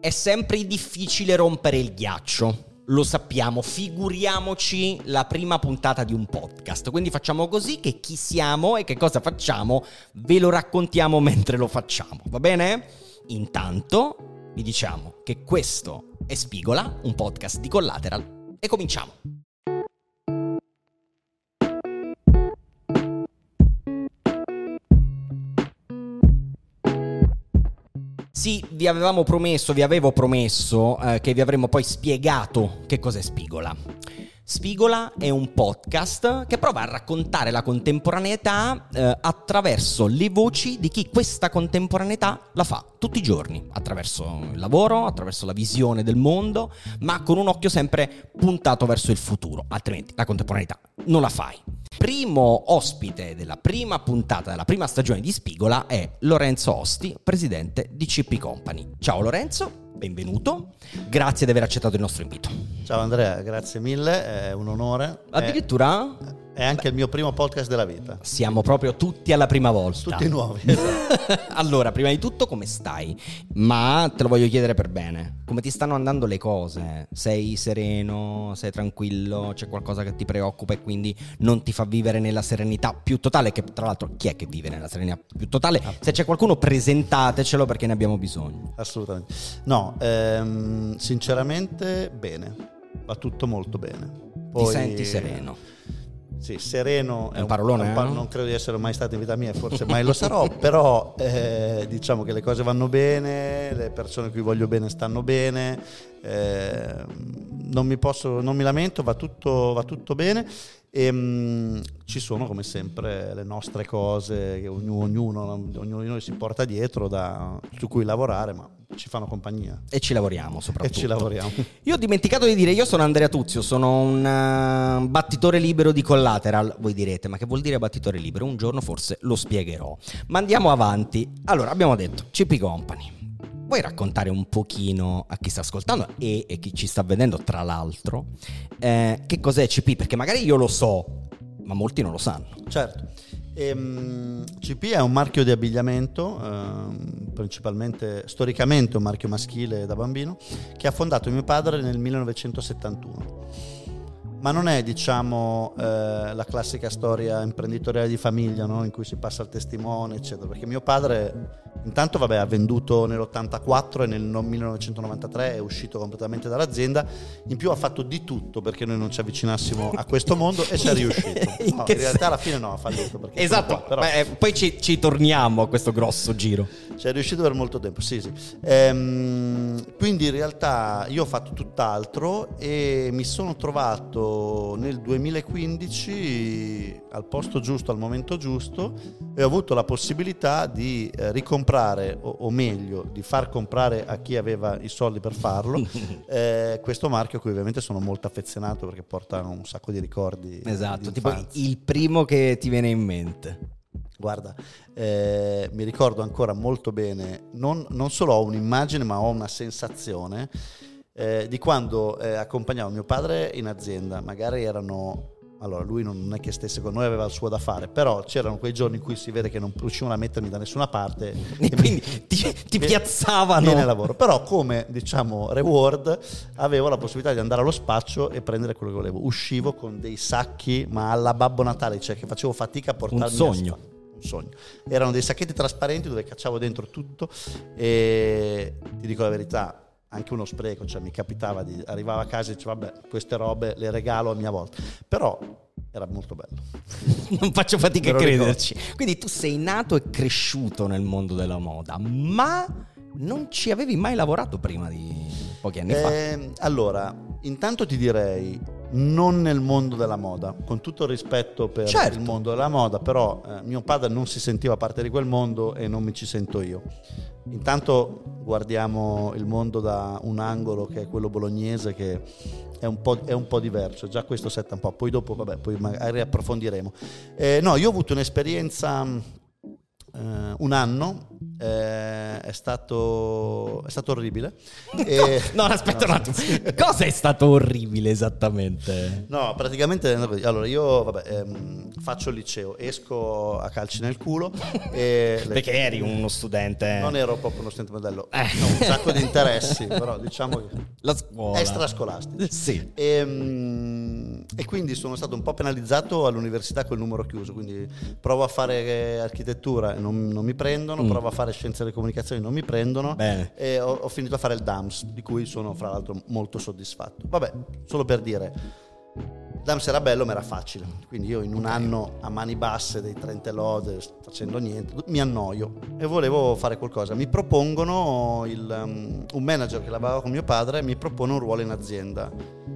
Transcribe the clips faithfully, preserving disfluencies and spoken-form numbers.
è sempre difficile rompere il ghiaccio. Lo sappiamo, figuriamoci la prima puntata di un podcast. Quindi facciamo così che chi siamo e che cosa facciamo ve lo raccontiamo mentre lo facciamo, va bene? Intanto vi diciamo che questo è Spigola, un podcast di Collateral, e cominciamo. Sì, vi avevamo promesso, vi avevo promesso eh, che vi avremmo poi spiegato che cos'è Spigola. Spigola è un podcast che prova a raccontare la contemporaneità eh, attraverso le voci di chi questa contemporaneità la fa tutti i giorni, attraverso il lavoro, attraverso la visione del mondo, ma con un occhio sempre puntato verso il futuro, altrimenti la contemporaneità non la fai. Primo ospite della prima puntata della prima stagione di Spigola è Lorenzo Osti, presidente di C P Company. Ciao Lorenzo, benvenuto, grazie di aver accettato il nostro invito. Ciao Andrea, grazie mille, è un onore. Addirittura? È, è anche il mio primo podcast della vita. Siamo proprio tutti alla prima volta. Tutti nuovi. Allora, prima di tutto come stai? Ma te lo voglio chiedere per bene. Come ti stanno andando le cose? Sei sereno? Sei tranquillo? C'è qualcosa che ti preoccupa e quindi non ti fa vivere nella serenità più totale? Che tra l'altro chi è che vive nella serenità più totale? Ah. Se c'è qualcuno presentatecelo perché ne abbiamo bisogno. Assolutamente. No, ehm, sinceramente bene. Va tutto molto bene. Poi, ti senti sereno? Sì, sereno è un parolone, un, eh? par- non credo di essere mai stato in vita mia, forse mai lo sarò, però eh, diciamo che le cose vanno bene, le persone a cui voglio bene stanno bene, eh, non mi posso, non mi lamento, va tutto, va tutto bene. E, mh, ci sono come sempre le nostre cose che ognuno, ognuno, ognuno di noi si porta dietro da, su cui lavorare, ma ci fanno compagnia. E ci lavoriamo soprattutto. E ci lavoriamo. Io ho dimenticato di dire, io sono Andrea Tuzio, sono un uh, battitore libero di Collateral. Voi direte, ma che vuol dire battitore libero? Un giorno forse lo spiegherò. Ma andiamo avanti. Allora, abbiamo detto C P Company. Vuoi raccontare un pochino a chi sta ascoltando e, e chi ci sta vedendo, tra l'altro, eh, che cos'è C P? Perché magari io lo so, ma molti non lo sanno. Certo. Ehm, C P è un marchio di abbigliamento, ehm, principalmente, storicamente un marchio maschile da bambino, che ha fondato mio padre nel millenovecentosettantuno. Ma non è, diciamo, eh, la classica storia imprenditoriale di famiglia, no? In cui si passa il testimone, eccetera. Perché mio padre, intanto, vabbè, ha venduto nell'ottantaquattro e nel millenovecentonovantatré è uscito completamente dall'azienda. In più ha fatto di tutto perché noi non ci avvicinassimo a questo mondo e ci è riuscito. No, in realtà alla fine no, ha fallito. Perché esatto, qua, però... Beh, poi ci, ci torniamo a questo grosso giro. Ci è riuscito per molto tempo, sì, sì. Ehm, quindi in realtà io ho fatto tutt'altro e mi sono trovato nel duemilaquindici al posto giusto, al momento giusto, e ho avuto la possibilità di eh, ricomprare, o, o meglio, di far comprare a chi aveva i soldi per farlo, eh, questo marchio a cui ovviamente sono molto affezionato perché porta un sacco di ricordi. Esatto, di tipo il primo che ti viene in mente. Guarda, eh, mi ricordo ancora molto bene, non, non solo ho un'immagine ma ho una sensazione eh, di quando eh, accompagnavo mio padre in azienda. Magari erano, allora lui non è che stesse con noi, aveva il suo da fare, però c'erano quei giorni in cui si vede che non riuscivano a mettermi da nessuna parte e quindi mi, ti, ti piazzavano nel lavoro. Però come, diciamo, reward avevo la possibilità di andare allo spaccio e prendere quello che volevo. Uscivo con dei sacchi ma alla Babbo Natale, cioè che facevo fatica a portarmi. Un sogno. Un sogno. Erano dei sacchetti trasparenti dove cacciavo dentro tutto e ti dico la verità, anche uno spreco, cioè mi capitava di arrivare a casa e dicevo vabbè, queste robe le regalo a mia volta, però era molto bello. Non faccio fatica a crederci. Quindi tu sei nato e cresciuto nel mondo della moda, ma non ci avevi mai lavorato prima di pochi anni eh, fa? Allora, intanto ti direi non nel mondo della moda, con tutto il rispetto per certo. il mondo della moda, però eh, mio padre non si sentiva parte di quel mondo e non mi ci sento io. Intanto guardiamo il mondo da un angolo che è quello bolognese, che è un po', è un po' diverso, già questo setta un po', poi dopo vabbè, poi magari approfondiremo. Eh, no, io ho avuto un'esperienza eh, un anno Eh, è stato è stato orribile. E... no, aspetta no, un attimo. Cosa è stato orribile esattamente? No, praticamente allora io vabbè, ehm, faccio il liceo, esco a calci nel culo e perché le... eri uno studente? Non ero proprio uno studente modello, eh. no, un sacco di interessi, però diciamo che la scuola extrascolastici. Sì. E, e quindi sono stato un po' penalizzato all'università col numero chiuso, quindi provo a fare architettura e non, non mi prendono, mm. provo a fare scienze delle comunicazioni, non mi prendono. Bene. E ho, ho finito a fare il D A M S, di cui sono fra l'altro molto soddisfatto. Vabbè, solo per dire, D A M S era bello ma era facile, quindi io in un okay. anno a mani basse dei trenta lode facendo niente mi annoio e volevo fare qualcosa. Mi propongono il, um, un manager che lavorava con mio padre mi propone un ruolo in azienda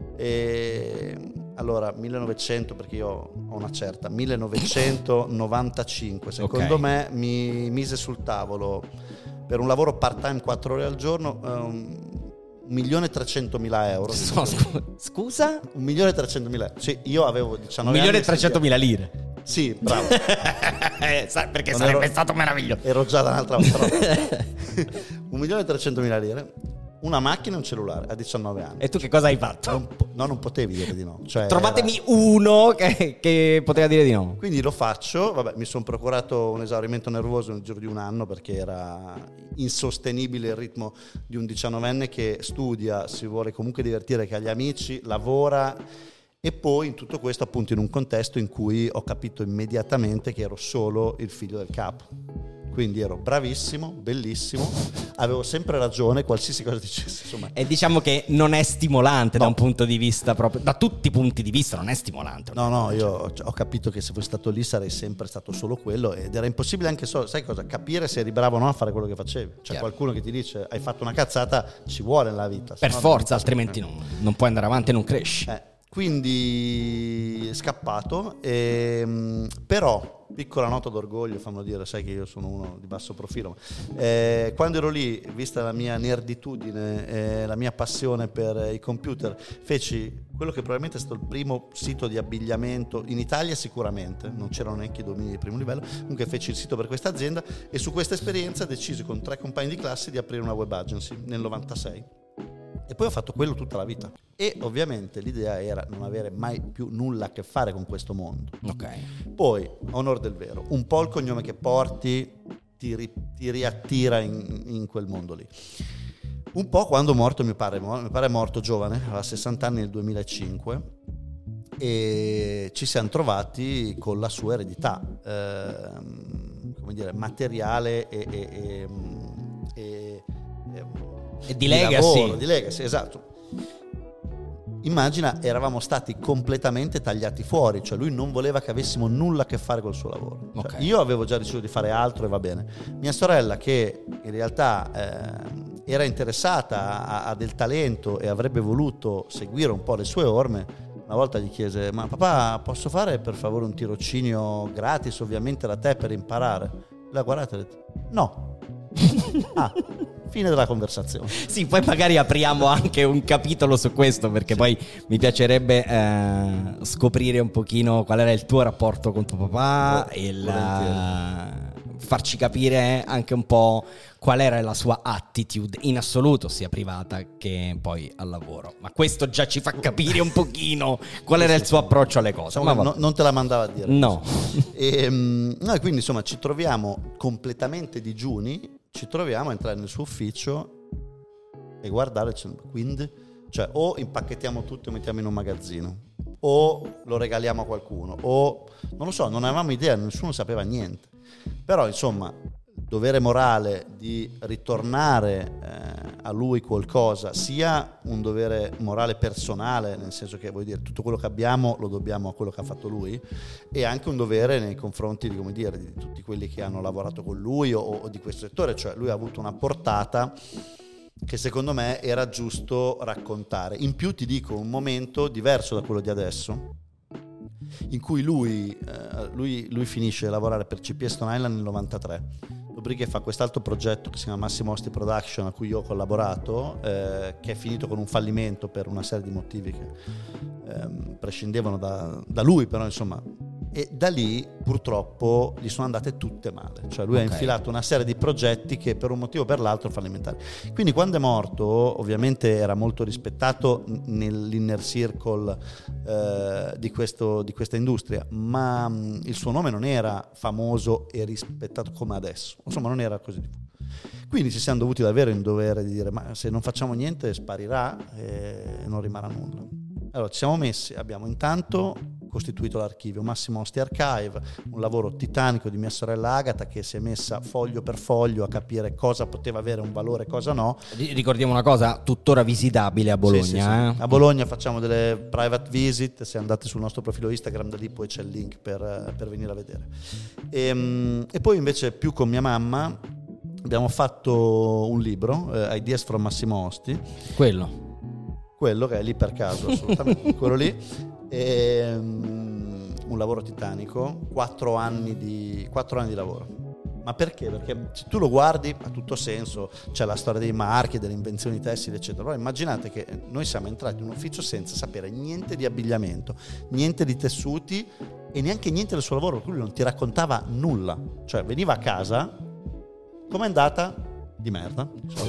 e allora millenovecento, perché io ho una certa, millenovecentonovantacinque secondo okay. me mi mise sul tavolo per un lavoro part time quattro ore al giorno um, un milione e trecentomila euro. So, scusa? Un milione e trecentomila euro. Sì, io avevo diciannove un milione anni. Un milione e trecentomila lire. Sì, bravo. Perché non sarebbe ero, stato meraviglioso. Ero già da un'altra volta. un milione e trecentomila lire. Una macchina e un cellulare a diciannove anni. E tu che cosa hai fatto? Non po- no, non potevi dire di no. Cioè, trovatemi era... uno che, che poteva dire di no. Quindi lo faccio. Vabbè, mi sono procurato un esaurimento nervoso nel giro di un anno perché era insostenibile il ritmo di un diciannovenne che studia, si vuole comunque divertire, che ha gli amici, lavora. E poi in tutto questo appunto in un contesto in cui ho capito immediatamente che ero solo il figlio del capo. Quindi ero bravissimo, bellissimo, avevo sempre ragione, qualsiasi cosa dicessi, insomma. E diciamo che non è stimolante no. da un punto di vista proprio, da tutti i punti di vista non è stimolante. No, no, io ho capito che se fossi stato lì sarei sempre stato solo quello ed era impossibile anche solo, sai cosa, capire se eri bravo o no a fare quello che facevi. C'è Chiaro. Qualcuno che ti dice hai fatto una cazzata, ci vuole nella vita. Per forza, altrimenti non, non puoi andare avanti e non cresci. Eh. Quindi scappato, e, però piccola nota d'orgoglio, fammi dire, sai che io sono uno di basso profilo, eh, quando ero lì, vista la mia nerditudine, eh, la mia passione per i computer, feci quello che probabilmente è stato il primo sito di abbigliamento in Italia, sicuramente, non c'erano neanche i domini di primo livello, comunque feci il sito per questa azienda e su questa esperienza decisi con tre compagni di classe di aprire una web agency nel novantasei. E poi ho fatto quello tutta la vita. E ovviamente l'idea era non avere mai più nulla a che fare con questo mondo. Ok. Poi, onor del vero, un po' il cognome che porti ti, ri, ti riattira in, in quel mondo lì. Un po' quando è morto mio padre. Mio padre è morto giovane, aveva sessanta anni nel duemilacinque. E ci siamo trovati con la sua eredità, eh, come dire, materiale e... e, e, e, e E di legacy. Lavoro, di legacy, esatto. Immagina, eravamo stati completamente tagliati fuori, cioè lui non voleva che avessimo nulla a che fare col suo lavoro. Cioè, okay. Io avevo già deciso di fare altro e va bene. Mia sorella, che in realtà eh, era interessata a, a del talento e avrebbe voluto seguire un po' le sue orme, una volta gli chiese: ma papà, posso fare per favore un tirocinio gratis, ovviamente da te, per imparare? La guardate e ha detto: no. Ah, fine della conversazione. Sì, poi magari apriamo anche un capitolo su questo, perché sì. Poi mi piacerebbe eh, scoprire un pochino qual era il tuo rapporto con tuo papà oh, e il, uh, farci capire anche un po' qual era la sua attitude in assoluto, sia privata che poi al lavoro. Ma questo già ci fa capire un pochino qual era il suo approccio alle cose. Ma no, non te la mandava a dire. No. E, no, e quindi insomma ci troviamo completamente digiuni. Ci troviamo a entrare nel suo ufficio e guardare, quindi, cioè o impacchettiamo tutto e mettiamo in un magazzino, o lo regaliamo a qualcuno, o non lo so, non avevamo idea, nessuno sapeva niente. Però insomma, dovere morale di ritornare eh, a lui qualcosa, sia un dovere morale personale, nel senso che vuol dire tutto quello che abbiamo lo dobbiamo a quello che ha fatto lui, e anche un dovere nei confronti di, come dire, di tutti quelli che hanno lavorato con lui o, o di questo settore. Cioè lui ha avuto una portata che secondo me era giusto raccontare. In più ti dico, un momento diverso da quello di adesso, in cui lui, eh, lui, lui finisce a lavorare per C P S Stone Island nel novantatré, dopodiché fa quest'altro progetto che si chiama Massimo Osti Production, a cui io ho collaborato, eh, che è finito con un fallimento per una serie di motivi che eh, prescindevano da, da lui, però insomma e da lì purtroppo gli sono andate tutte male, cioè lui okay. ha infilato una serie di progetti che per un motivo o per l'altro fallimentari. Quindi quando è morto ovviamente era molto rispettato nell'inner circle eh, di, questo, di questa industria, ma mh, il suo nome non era famoso e rispettato come adesso, insomma non era così diffuso. Quindi ci siamo dovuti davvero in dovere di dire ma se non facciamo niente sparirà e non rimarrà nulla. Allora ci siamo messi, abbiamo intanto costituito l'archivio Massimo Osti Archive, un lavoro titanico di mia sorella Agata che si è messa foglio per foglio a capire cosa poteva avere un valore e cosa no. Ricordiamo una cosa, tuttora visitabile a Bologna. Sì, sì, sì. Eh? A Bologna facciamo delle private visit, se andate sul nostro profilo Instagram da lì poi c'è il link per, per venire a vedere. E, e poi invece più con mia mamma abbiamo fatto un libro, eh, Ideas from Massimo Osti. Quello. Quello che è lì per caso, assolutamente, quello lì. E, um, un lavoro titanico, quattro anni di, quattro anni di lavoro. Ma perché? Perché se tu lo guardi ha tutto senso, c'è la storia dei marchi, delle invenzioni tessili, eccetera. Però immaginate che noi siamo entrati in un ufficio senza sapere niente di abbigliamento, niente di tessuti e neanche niente del suo lavoro, lui non ti raccontava nulla. Cioè veniva a casa, com'è andata? Di merda.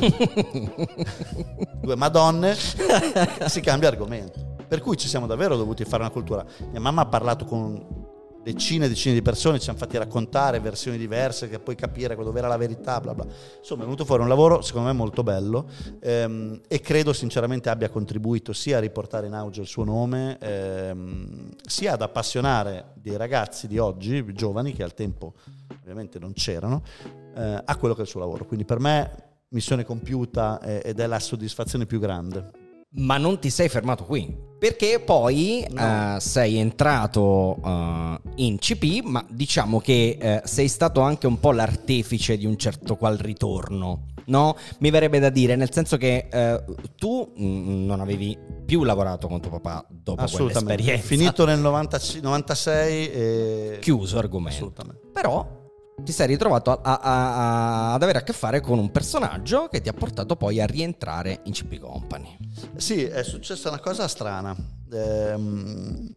Due madonne, si cambia argomento. Per cui ci siamo davvero dovuti fare una cultura. Mia mamma ha parlato con decine e decine di persone, ci hanno fatti raccontare versioni diverse che poi capire dove era la verità, bla bla. Insomma è venuto fuori un lavoro secondo me molto bello ehm, e credo sinceramente abbia contribuito sia a riportare in auge il suo nome ehm, sia ad appassionare dei ragazzi di oggi, giovani che al tempo ovviamente non c'erano, eh, a quello che è il suo lavoro. Quindi per me missione compiuta eh, ed è la soddisfazione più grande. Ma non ti sei fermato qui, perché poi no. uh, sei entrato uh, in C P, ma diciamo che uh, sei stato anche un po' l'artefice di un certo qual ritorno, no? Mi verrebbe da dire, nel senso che uh, tu mh, non avevi più lavorato con tuo papà dopo quell'esperienza. Finito nel novanta, novantasei e... chiuso argomento. Però ti sei ritrovato a, a, a, ad avere a che fare con un personaggio che ti ha portato poi a rientrare in C P Company. Sì, è successa una cosa strana. Ehm,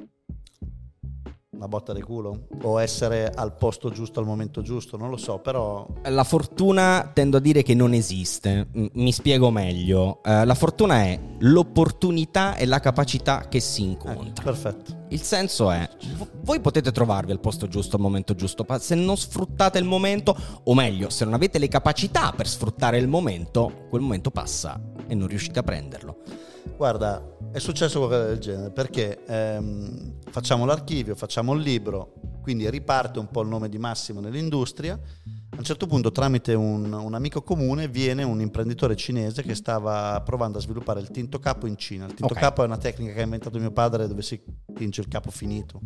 una botta di culo? O essere al posto giusto al momento giusto? Non lo so, però... La fortuna tendo a dire che non esiste. Mi spiego meglio. Uh, la fortuna è l'opportunità e la capacità che si incontrano. Eh, perfetto. Il senso è, voi potete trovarvi al posto giusto al momento giusto, ma se non sfruttate il momento, o meglio, se non avete le capacità per sfruttare il momento, quel momento passa e non riuscite a prenderlo. Guarda, è successo qualcosa del genere, perché ehm, facciamo l'archivio, facciamo il libro, quindi riparte un po' il nome di Massimo nell'industria. A un certo punto, tramite un, un amico comune, viene un imprenditore cinese che stava provando a sviluppare il tinto capo in Cina. Il tinto okay. capo è una tecnica che ha inventato mio padre, dove si tinge il capo finito.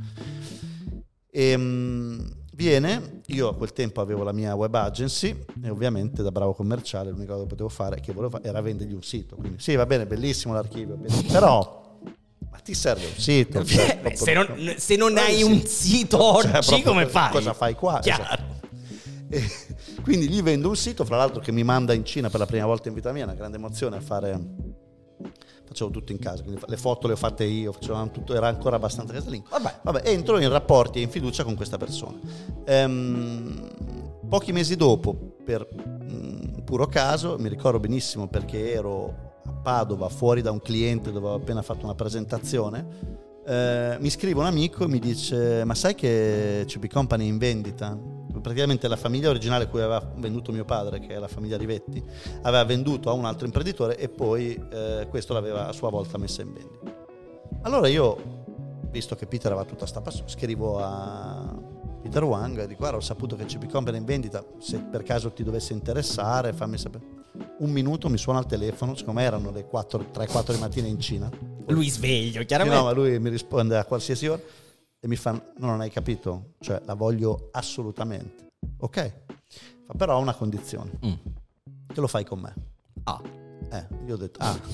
E, um, viene, io a quel tempo avevo la mia web agency e ovviamente da bravo commerciale l'unica cosa che potevo fare, che volevo fare era vendergli un sito. Quindi sì, va bene, bellissimo l'archivio, però... ma ti serve un sito? Cioè, Beh, se, non, se non hai un sito oggi, cioè, come fai? Cosa fai qua? Chiaro. E quindi gli vendo un sito, fra l'altro, che mi manda in Cina per la prima volta in vita mia, una grande emozione a fare, facevo tutto in casa, quindi le foto le ho fatte io, facevamo tutto, era ancora abbastanza casalingo. Vabbè, vabbè, entro in rapporti e in fiducia con questa persona. Ehm, pochi mesi dopo, per mh, puro caso, mi ricordo benissimo perché ero a Padova fuori da un cliente dove avevo appena fatto una presentazione. Eh, mi scrive un amico e mi dice: ma sai che C P Company è in vendita? Praticamente la famiglia originale cui aveva venduto mio padre, che è la famiglia Rivetti, aveva venduto a un altro imprenditore e poi eh, questo l'aveva a sua volta messa in vendita. Allora io, visto che Peter aveva tutta sta passione, scrivo a Peter Wang e dico: guarda, ho saputo che C P Company è in vendita, se per caso ti dovesse interessare fammi sapere. Un minuto mi suona al telefono, secondo me erano le quattro, tre quattro di mattina in Cina. Lui sveglio, chiaramente. No, ma lui mi risponde a qualsiasi ora e mi fa: no, non hai capito, cioè la voglio assolutamente. Ok, fa però una condizione, mm. che lo fai con me. Ah, eh, io ho detto ah.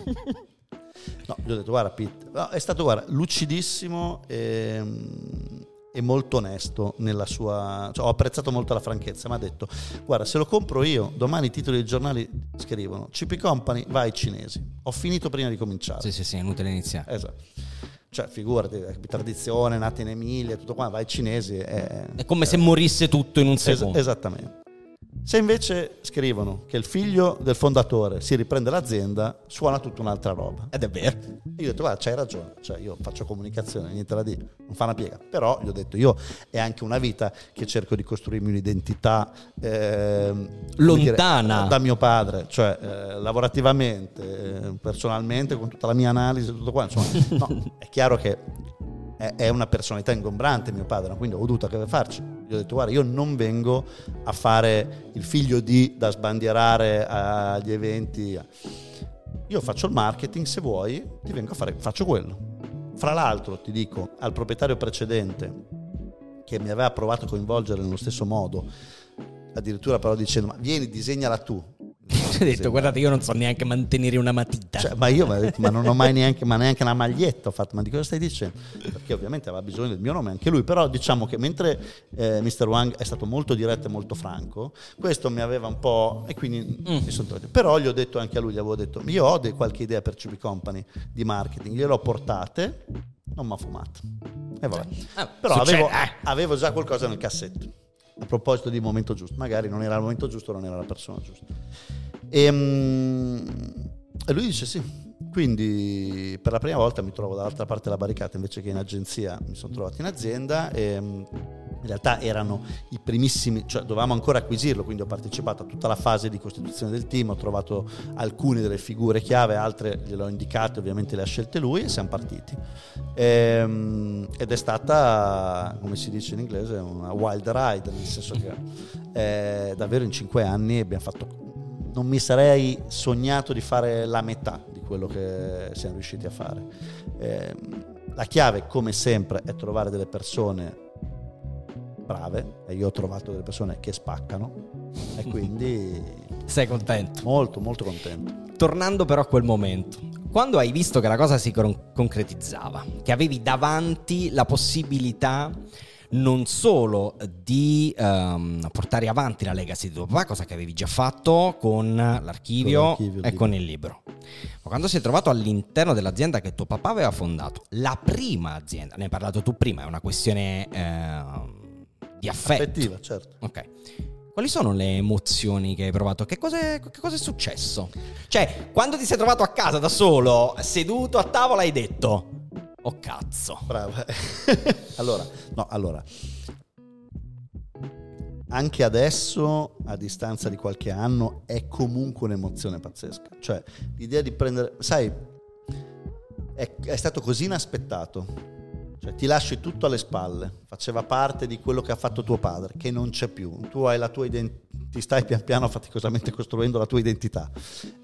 No, gli ho detto: guarda Pete, no, è stato guarda lucidissimo e, e molto onesto nella sua, cioè, ho apprezzato molto la franchezza. Mi ha detto: guarda, se lo compro io, domani i titoli dei giornali scrivono C P Company va ai cinesi. Ho finito prima di cominciare. Sì, sì, sì, è inutile iniziare. Esatto. cioè figurati, tradizione, nata in Emilia, tutto qua, vai ai cinesi. È, è come è, se morisse tutto in un secondo. Es- esattamente. Se invece scrivono che il figlio del fondatore si riprende l'azienda, suona tutta un'altra roba. Ed è vero. Io ho detto, guarda, c'hai ragione, cioè io faccio comunicazione, niente da dire, non fa una piega. Però gli ho detto, io è anche una vita che cerco di costruirmi un'identità eh, lontana dire, da mio padre, cioè eh, lavorativamente, eh, personalmente, con tutta la mia analisi e tutto qua. Insomma, no, è chiaro che è una personalità ingombrante mio padre, quindi ho dovuto che farci. Gli ho detto, guarda, io non vengo a fare il figlio di da sbandierare agli eventi, io faccio il marketing, se vuoi ti vengo a fare, faccio quello. Fra l'altro ti dico, al proprietario precedente che mi aveva provato a coinvolgere nello stesso modo, addirittura però dicendo, ma vieni, disegnala tu. Ho detto, guardate, io non so neanche mantenere una matita. Cioè, ma io mi ha detto, ma non ho mai neanche, ma neanche una maglietta ho fatto. Ma di cosa stai dicendo? Perché ovviamente aveva bisogno del mio nome anche lui. Però diciamo che mentre eh, mister Wang è stato molto diretto e molto franco, questo mi aveva un po', e quindi mm. mi sono trovato. Però gli ho detto anche a lui, gli avevo detto, io ho de- qualche idea per C B Company di marketing, gliele ho portate, non mi ha fumato. E vabbè. Ah, però succede, avevo, eh. avevo già qualcosa nel cassetto. A proposito di momento giusto, magari non era il momento giusto, non era la persona giusta. E, e lui dice sì. Quindi per la prima volta mi trovo dall'altra parte della barricata invece che in agenzia, mi sono trovato in azienda e in realtà erano i primissimi, cioè dovevamo ancora acquisirlo, quindi ho partecipato a tutta la fase di costituzione del team, ho trovato alcune delle figure chiave, altre gliele ho indicate, ovviamente le ha scelte lui e siamo partiti. E, ed è stata, come si dice in inglese, una wild ride, nel senso che eh, davvero in cinque anni abbiamo fatto, non mi sarei sognato di fare la metà di quello che siamo riusciti a fare. Eh, la chiave, come sempre, è trovare delle persone brave, e io ho trovato delle persone che spaccano e quindi sei contento? Molto, molto contento. Tornando però a quel momento, quando hai visto che la cosa si con- concretizzava, che avevi davanti la possibilità non solo di um, portare avanti la legacy di tuo papà, cosa che avevi già fatto con l'archivio, con l'archivio e con il libro, ma quando sei trovato all'interno dell'azienda che tuo papà aveva fondato, la prima azienda, ne hai parlato tu prima, è una questione eh, di affetto. Affettiva, certo. Ok. Quali sono le emozioni che hai provato? Che cosa è, che cosa è successo? Cioè, quando ti sei trovato a casa da solo, seduto a tavola, hai detto: oh cazzo. Bravo. allora, no, allora. Anche adesso, a distanza di qualche anno, è comunque un'emozione pazzesca. Cioè, l'idea di prendere, sai, è, è stato così inaspettato. Cioè, ti lasci tutto alle spalle, faceva parte di quello che ha fatto tuo padre, che non c'è più. Tu hai la tua identità, ti stai pian piano faticosamente costruendo la tua identità.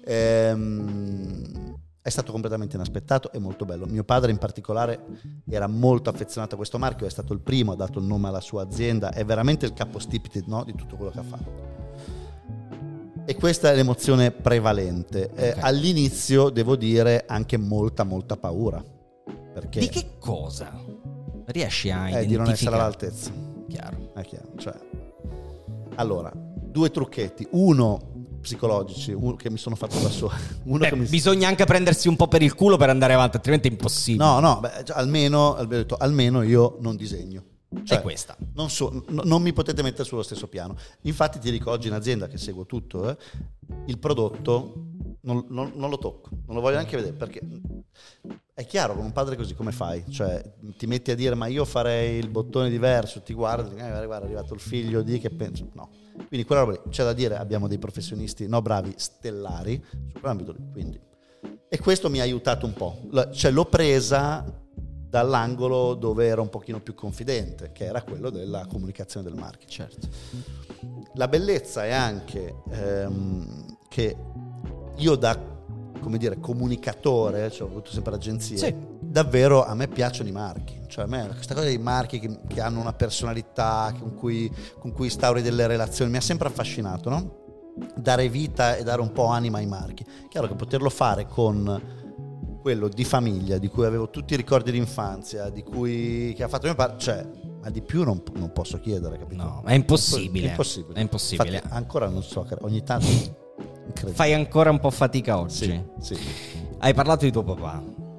Ehm, è stato completamente inaspettato e molto bello. Mio padre in particolare era molto affezionato a questo marchio, è stato il primo, ha dato il nome alla sua azienda, è veramente il capostipite, no, di tutto quello che ha fatto. E questa è l'emozione prevalente. Okay. Eh, all'inizio, devo dire, anche molta, molta paura. Perché di che cosa? Riesci a identificare? Eh, di non essere all'altezza. Chiaro. È chiaro. Cioè, allora, due trucchetti. Uno, psicologici, uno che mi sono fatto da solo. Uno beh, che mi... Bisogna anche prendersi un po' per il culo per andare avanti, altrimenti è impossibile. No, no, beh, almeno, detto, almeno io non disegno. Cioè, è questa. Non, so, no, non mi potete mettere sullo stesso piano. Infatti ti dico, oggi in azienda che seguo tutto, eh, il prodotto non, non, non lo tocco, non lo voglio neanche vedere, perché è chiaro, con un padre così come fai? Cioè ti metti a dire ma io farei il bottone diverso, ti guardi, eh, guarda è arrivato il figlio di che penso, no. Quindi quella roba lì, c'è da dire, abbiamo dei professionisti, no bravi, stellari su quell'ambito lì, quindi. E questo mi ha aiutato un po', cioè l'ho presa dall'angolo dove era un pochino più confidente, che era quello della comunicazione del marketing. Certo. La bellezza è anche ehm, che io da, come dire, comunicatore, cioè ho avuto sempre agenzie, sì. Davvero a me piacciono i marchi, cioè a me questa cosa dei marchi che, che hanno una personalità, con cui, con cui instauri delle relazioni, mi ha sempre affascinato, no? Dare vita e dare un po' anima ai marchi. Chiaro che poterlo fare con quello di famiglia, di cui avevo tutti i ricordi di infanzia, di cui che ha fatto mio padre, cioè, ma di più non, non posso chiedere, capito? No, è impossibile. È impossibile. È impossibile. Infatti, ancora non so, ogni tanto fai ancora un po' fatica oggi. Sì, sì. Hai parlato di tuo papà.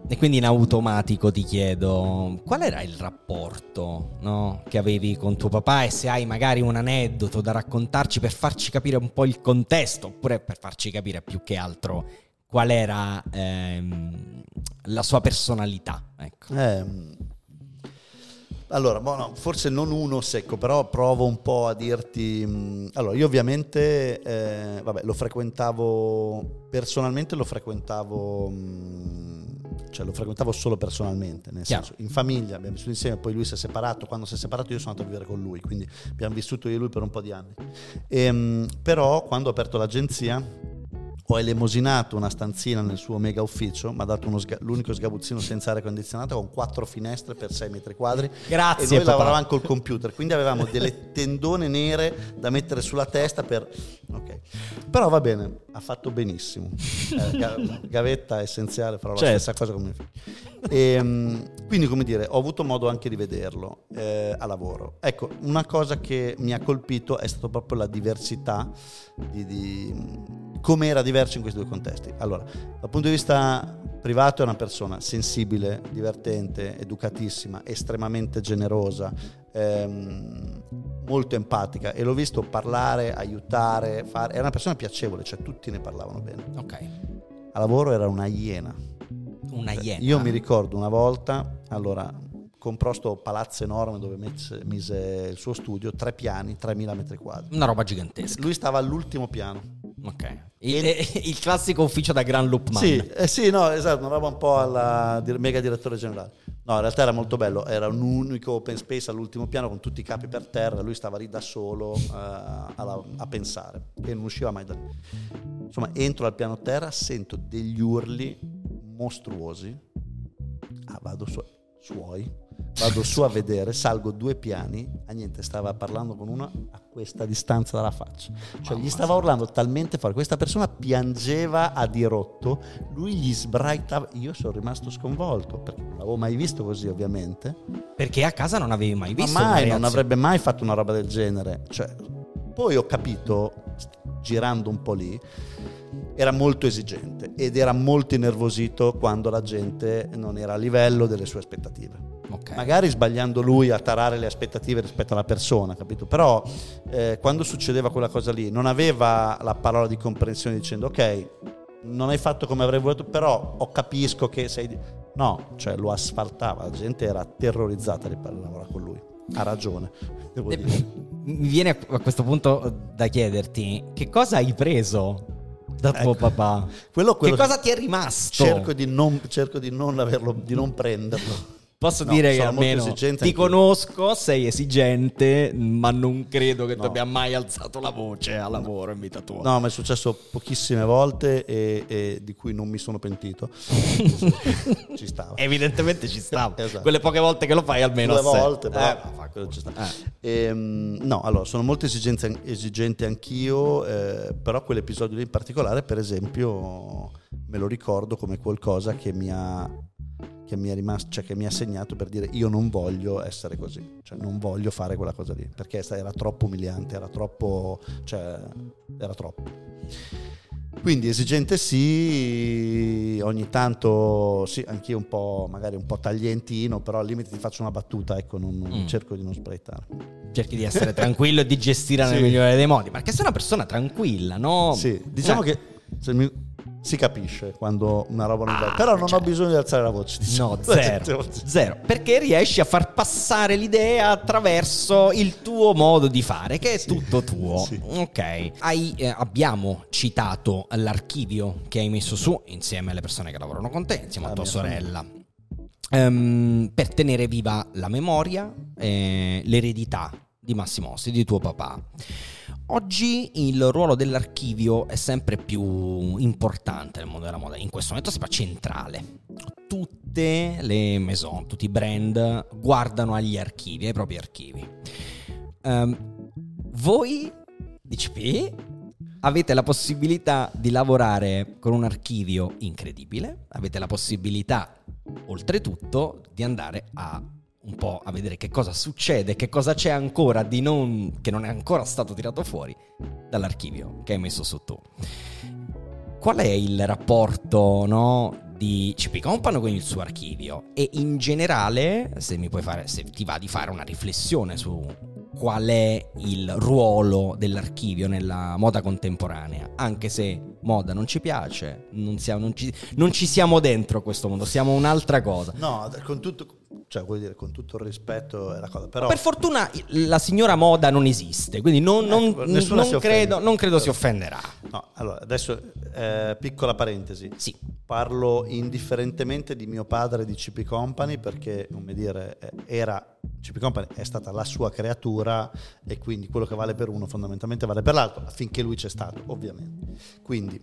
E quindi in automatico ti chiedo, qual era il rapporto, no, che avevi con tuo papà, e se hai magari un aneddoto da raccontarci per farci capire un po' il contesto, oppure per farci capire più che altro qual era ehm, la sua personalità, ecco. Eh, allora, buono, forse non uno secco, però provo un po' a dirti. mh, Allora, io ovviamente, eh, vabbè, lo frequentavo personalmente, lo frequentavo, mh, cioè lo frequentavo solo personalmente, nel Chiaro. senso, in famiglia, abbiamo vissuto insieme, poi lui si è separato, quando si è separato io sono andato a vivere con lui, quindi abbiamo vissuto io e lui per un po' di anni. Ehm, però quando ho aperto l'agenzia ho elemosinato una stanzina nel suo mega ufficio, mi ha dato uno sga- l'unico sgabuzzino senza aria condizionata con quattro finestre per sei metri quadri. Grazie, e noi papà. lavoravamo col computer, quindi avevamo delle tendone nere da mettere sulla testa per... Ok. Però va bene, ha fatto benissimo. Eh, ga- gavetta essenziale, farò la Certo. stessa cosa con mio figlio. E, quindi, come dire, ho avuto modo anche di vederlo eh, a lavoro. Ecco, una cosa che mi ha colpito è stata proprio la diversità di, di come era diverso in questi due contesti. Allora, dal punto di vista privato è una persona sensibile, divertente, educatissima, estremamente generosa, ehm, molto empatica, e l'ho visto parlare, aiutare, fare. Era una persona piacevole, cioè tutti ne parlavano bene. Ok. A lavoro era una iena. Una iena. Io mi ricordo una volta, allora, comprò sto palazzo enorme dove mise, mise il suo studio, tre piani, tremila metri quadri. Una roba gigantesca. Lui stava all'ultimo piano. Ok. Il, il classico ufficio da Gran Loopman. Sì, eh sì, no, esatto, una roba un po' alla di- mega direttore generale. No, in realtà era molto bello, era un unico open space all'ultimo piano con tutti i capi per terra, lui stava lì da solo eh, alla- a pensare e non usciva mai da lì. Insomma, entro al piano terra, sento degli urli mostruosi. Ah, vado su, suoi, vado su a vedere, salgo due piani, a niente, stava parlando con una a questa distanza dalla faccia. Cioè gli stava urlando talmente forte, questa persona piangeva a dirotto, lui gli sbraitava, io sono rimasto sconvolto, perché non l'avevo mai visto così ovviamente. Perché a casa non avevi mai visto Ma una mai, non reazione. avrebbe mai fatto una roba del genere. Cioè, poi ho capito, girando un po' lì, era molto esigente ed era molto innervosito quando la gente non era a livello delle sue aspettative. Ok. Magari sbagliando lui a tarare le aspettative rispetto alla persona, capito? Però eh, quando succedeva quella cosa lì non aveva la parola di comprensione dicendo ok, non hai fatto come avrei voluto, però ho capisco che sei... No, cioè lo asfaltava, la gente era terrorizzata di lavorare con lui. Ha ragione, devo dire. Mi viene a questo punto da chiederti che cosa hai preso da tuo Ecco. papà? Quello- quello- che cosa ti è rimasto? Cerco di non, cerco di non averlo, di non prenderlo. Posso No, dire che sono molto almeno esigente ti anch'io. conosco, sei esigente, ma non credo che tu No. abbia mai alzato la voce a lavoro in vita tua. No, ma è successo pochissime volte e, e di cui non mi sono pentito. Ci stava. Evidentemente ci stava. Esatto. Quelle poche volte che lo fai almeno Due a sé. volte, però, Eh, ma fa quello ci sta. Eh. Ehm, no, allora, sono molto esigente, esigente anch'io, eh, però quell'episodio lì in particolare, per esempio, me lo ricordo come qualcosa che mi ha... che mi è rimasto, cioè che mi ha segnato per dire io non voglio essere così, cioè non voglio fare quella cosa lì, perché era troppo umiliante, era troppo, cioè era troppo. Quindi esigente sì, ogni tanto sì, anch'io un po', magari un po' taglientino, però al limite ti faccio una battuta, ecco, non, non Mm. cerco di non spreitare. Cerchi di essere tranquillo e di gestire nel Sì. migliore dei modi, perché sei una persona tranquilla, no? Sì, diciamo Eh. che se mi- si capisce quando una roba non va, Ah, però non cioè- ho bisogno di alzare la voce. diciamo. No, zero, zero, perché riesci a far passare l'idea attraverso il tuo modo di fare, che è Sì. tutto tuo. Sì. Ok, hai, eh, abbiamo citato l'archivio che hai messo su insieme alle persone che lavorano con te, insieme a La tua mia sorella, ehm, per tenere viva la memoria e l'eredità di Massimo Ossi, di tuo papà. Oggi il ruolo dell'archivio è sempre più importante nel mondo della moda, in questo momento sembra centrale. Tutte le maison, tutti i brand guardano agli archivi, ai propri archivi. Ehm, voi di C P avete la possibilità di lavorare con un archivio incredibile, avete la possibilità oltretutto di andare a un po' a vedere che cosa succede, che cosa c'è ancora di non, che non è ancora stato tirato fuori dall'archivio che hai messo su tu. Qual è il rapporto, no, di C P Company con il suo archivio e in generale se mi puoi fare, se ti va di fare una riflessione su qual è il ruolo dell'archivio nella moda contemporanea, anche se moda non ci piace, non, siamo, non, ci, non ci siamo dentro questo mondo, siamo un'altra cosa. No, con tutto, cioè vuol dire con tutto il rispetto è la cosa, però per fortuna la signora moda non esiste, quindi non, non, ecco, non, si credo, non credo si offenderà. No, allora adesso eh, piccola parentesi. Sì. Parlo indifferentemente di mio padre di C P Company perché, come dire, era C P Company è stata la sua creatura e quindi quello che vale per uno fondamentalmente vale per l'altro, affinché lui c'è stato, ovviamente. Quindi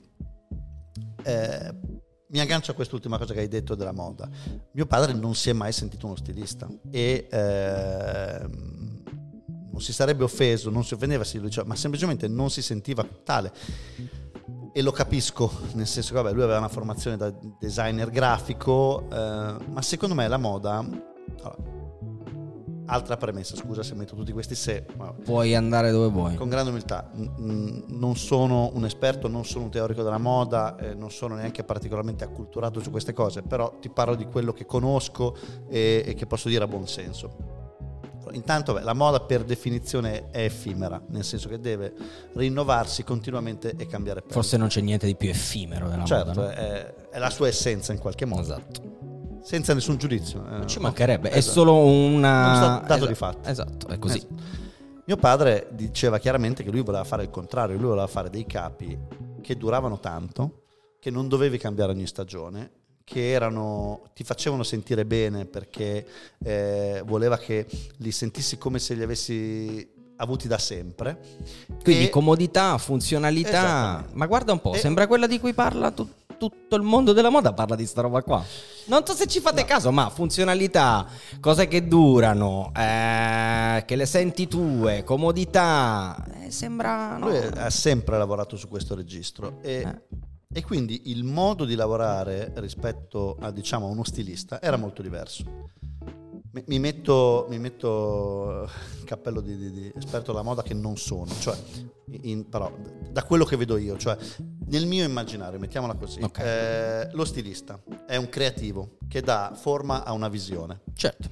eh, mi aggancio a quest'ultima cosa che hai detto della moda. Mio padre non si è mai sentito uno stilista e eh, non si sarebbe offeso, non si offendeva se lui diceva, ma semplicemente non si sentiva tale. E lo capisco, nel senso che vabbè, lui aveva una formazione da designer grafico, eh, ma secondo me la moda... Allora, altra premessa, scusa se metto tutti questi se... Puoi andare dove vuoi. Con grande umiltà, non sono un esperto, non sono un teorico della moda, eh, non sono neanche particolarmente acculturato su queste cose, però ti parlo di quello che conosco e, e che posso dire a buon senso. Intanto beh, la moda per definizione è effimera, nel senso che deve rinnovarsi continuamente e cambiare pelle. Forse non c'è niente di più effimero della certo, moda, no? è, è la sua essenza in qualche modo. Esatto. Senza nessun giudizio. Non ci mancherebbe, esatto. È solo una... un dato esatto, di fatto. Esatto, è così. Esatto. Mio padre diceva chiaramente che lui voleva fare il contrario, lui voleva fare dei capi che duravano tanto, che non dovevi cambiare ogni stagione, che erano, ti facevano sentire bene perché eh, voleva che li sentissi come se li avessi avuti da sempre. Quindi e... comodità, funzionalità, ma guarda un po', e... sembra quella di cui parla tu, tutto il mondo della moda, parla di sta roba qua. Non so se ci fate no. caso, ma funzionalità, cose che durano, eh, che le senti tue, comodità, eh, sembra... No. Lui ha sempre lavorato su questo registro e... Eh. E quindi il modo di lavorare rispetto a, diciamo, a uno stilista era molto diverso. Mi metto, mi metto il cappello di, di, di esperto della moda che non sono, cioè, in, però da quello che vedo io, cioè nel mio immaginario, mettiamola così, okay. eh, lo stilista è un creativo che dà forma a una visione. Certo.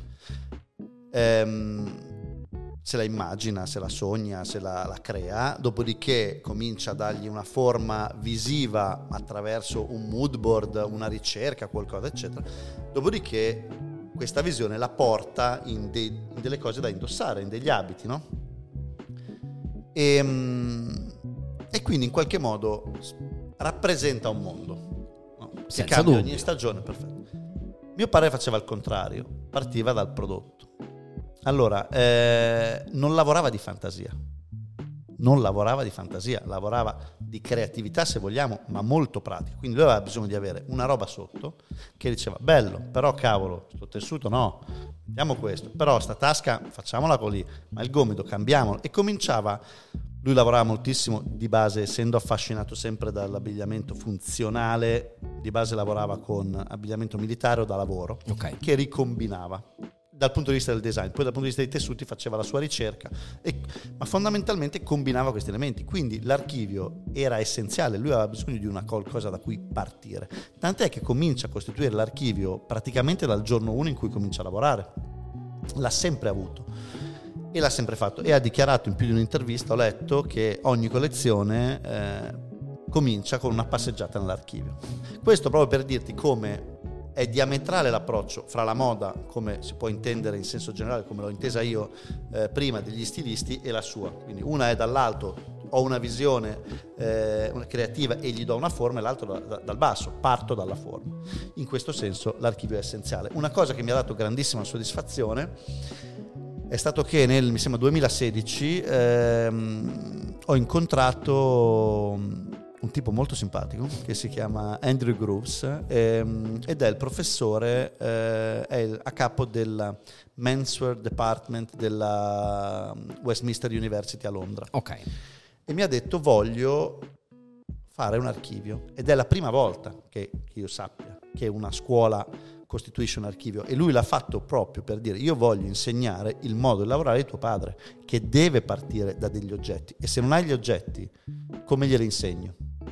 Ehm, se la immagina, se la sogna, se la, la crea, dopodiché comincia a dargli una forma visiva attraverso un mood board, una ricerca, qualcosa eccetera, dopodiché questa visione la porta in, de, in delle cose da indossare, in degli abiti, no? E, e quindi in qualche modo rappresenta un mondo, no? Si Senza cambia dubbio. Ogni stagione, perfetto. Mio padre faceva il contrario, partiva dal prodotto. Allora, eh, non lavorava di fantasia, non lavorava di fantasia, lavorava di creatività se vogliamo, ma molto pratica. Quindi lui aveva bisogno di avere una roba sotto che diceva, bello, però cavolo, sto tessuto no, mettiamo questo, però sta tasca facciamola così, ma il gomito cambiamolo. E cominciava, lui lavorava moltissimo di base, essendo affascinato sempre dall'abbigliamento funzionale, di base lavorava con abbigliamento militare o da lavoro, okay. che ricombinava dal punto di vista del design, poi dal punto di vista dei tessuti faceva la sua ricerca, e, ma fondamentalmente combinava questi elementi, quindi l'archivio era essenziale, lui aveva bisogno di una qualcosa da cui partire, tant'è che comincia a costituire l'archivio praticamente dal giorno uno in cui comincia a lavorare, l'ha sempre avuto e l'ha sempre fatto, e ha dichiarato in più di un'intervista, ho letto, che ogni collezione eh, comincia con una passeggiata nell'archivio. Questo proprio per dirti come è diametrale l'approccio fra la moda, come si può intendere in senso generale, come l'ho intesa io eh, prima, degli stilisti, e la sua. Quindi una è dall'alto, ho una visione eh, una creativa e gli do una forma, e l'altro da, da, dal basso, parto dalla forma. In questo senso l'archivio è essenziale. Una cosa che mi ha dato grandissima soddisfazione è stato che nel, mi sembra, duemilasedici ehm, ho incontrato un tipo molto simpatico che si chiama Andrew Grooves ehm, ed è il professore, eh, è il, a capo del menswear department della Westminster University a Londra. Ok. E mi ha detto, voglio fare un archivio, ed è la prima volta che, che io sappia che una scuola costituisce un archivio, e lui l'ha fatto proprio per dire, io voglio insegnare il modo di lavorare di tuo padre, che deve partire da degli oggetti, e se non hai gli oggetti come glieli insegno?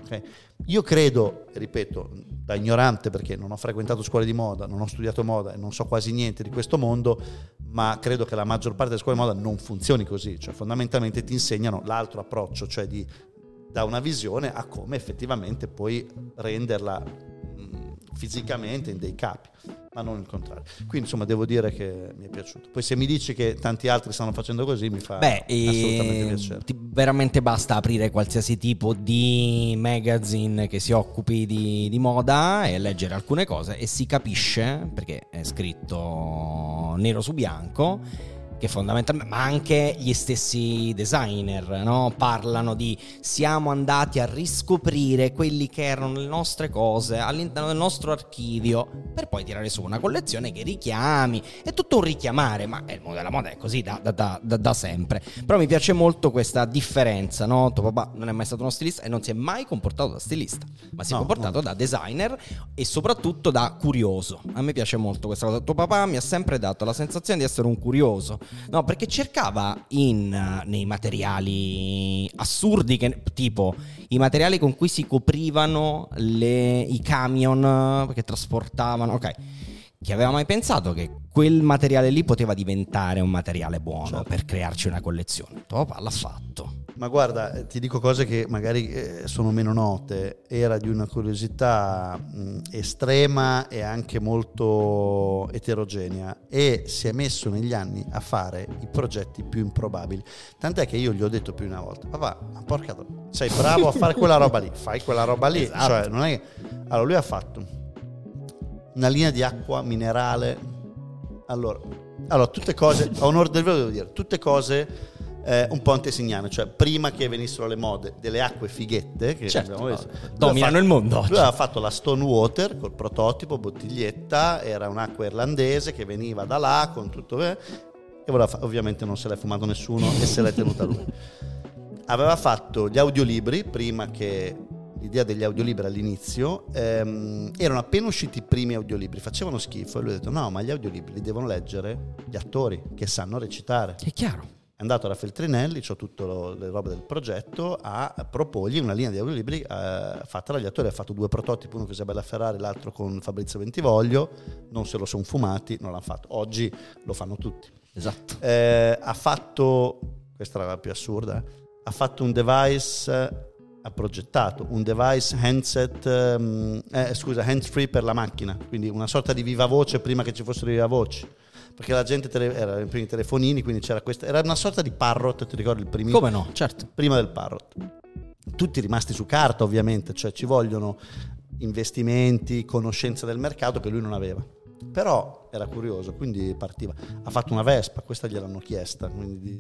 Okay? Io credo, ripeto, da ignorante, perché non ho frequentato scuole di moda, non ho studiato moda e non so quasi niente di questo mondo, ma credo che la maggior parte delle scuole di moda non funzioni così, cioè fondamentalmente ti insegnano l'altro approccio, cioè di da una visione a come effettivamente puoi renderla mh, fisicamente in dei capi, ma non il contrario. Quindi insomma devo dire che mi è piaciuto. Poi se mi dici che tanti altri stanno facendo così mi fa Beh, assolutamente eh, piacere. Ti, veramente basta aprire qualsiasi tipo di magazine che si occupi di, di moda e leggere alcune cose e si capisce, perché è scritto nero su bianco, che fondamentalmente, ma anche gli stessi designer, no? Parlano di siamo andati a riscoprire quelli che erano le nostre cose all'interno del nostro archivio per poi tirare su una collezione che richiami, è tutto un richiamare, ma il mondo della moda è così da, da, da, da, da sempre. Però mi piace molto questa differenza, no? Tuo papà non è mai stato uno stilista e non si è mai comportato da stilista, ma si è No, comportato no. da designer e soprattutto da curioso. A me piace molto questa cosa. Tuo papà mi ha sempre dato la sensazione di essere un curioso. No, perché cercava in nei materiali assurdi, che, tipo i materiali con cui si coprivano le, i camion che trasportavano. Ok, chi aveva mai pensato che quel materiale lì poteva diventare un materiale buono, certo, per crearci una collezione? Tuo papà l'ha fatto. Ma guarda, ti dico cose che magari eh, sono meno note. Era di una curiosità mh, estrema e anche molto eterogenea, e si è messo negli anni a fare i progetti più improbabili. Tant'è che io gli ho detto più di una volta: papà, ma porca troia, sei bravo a fare quella roba lì, fai quella roba lì. Esatto. Cioè, non è che... Allora lui ha fatto una linea di acqua minerale. Allora, allora tutte cose, a onore del vero devo dire, tutte cose Eh, un po' antesignane, cioè prima che venissero le mode delle acque fighette che certo, abbiamo visto, dominano il mondo oggi. Lui aveva fatto la Stonewater col prototipo, bottiglietta, era un'acqua irlandese che veniva da là con tutto, eh, e voleva fa- ovviamente non se l'è fumato nessuno e se l'è tenuta lui. Aveva fatto gli audiolibri prima che l'idea degli audiolibri all'inizio, ehm, erano appena usciti i primi audiolibri, facevano schifo, e lui ha detto no, ma gli audiolibri li devono leggere gli attori che sanno recitare. È chiaro. È andato da Feltrinelli, c'ho tutte le robe del progetto, a proporgli una linea di audiolibri eh, fatta dagli attori. Ha fatto due prototipi, uno con Isabella Ferrari, l'altro con Fabrizio Bentivoglio, non se lo sono fumati, non l'hanno fatto. Oggi lo fanno tutti. Esatto. Eh, ha fatto, questa era la più assurda, ha fatto un device, ha progettato un device handset, eh, scusa, hands free per la macchina, quindi una sorta di viva voce prima che ci fossero i viva voci. Perché la gente tele, era i primi telefonini, quindi c'era questa, era una sorta di Parrot, ti ricordi il primo? Come no, certo. Prima del Parrot. Tutti rimasti su carta, ovviamente, cioè ci vogliono investimenti, conoscenza del mercato che lui non aveva. Però era curioso, quindi partiva. Ha fatto una Vespa, questa gliel'hanno chiesta, quindi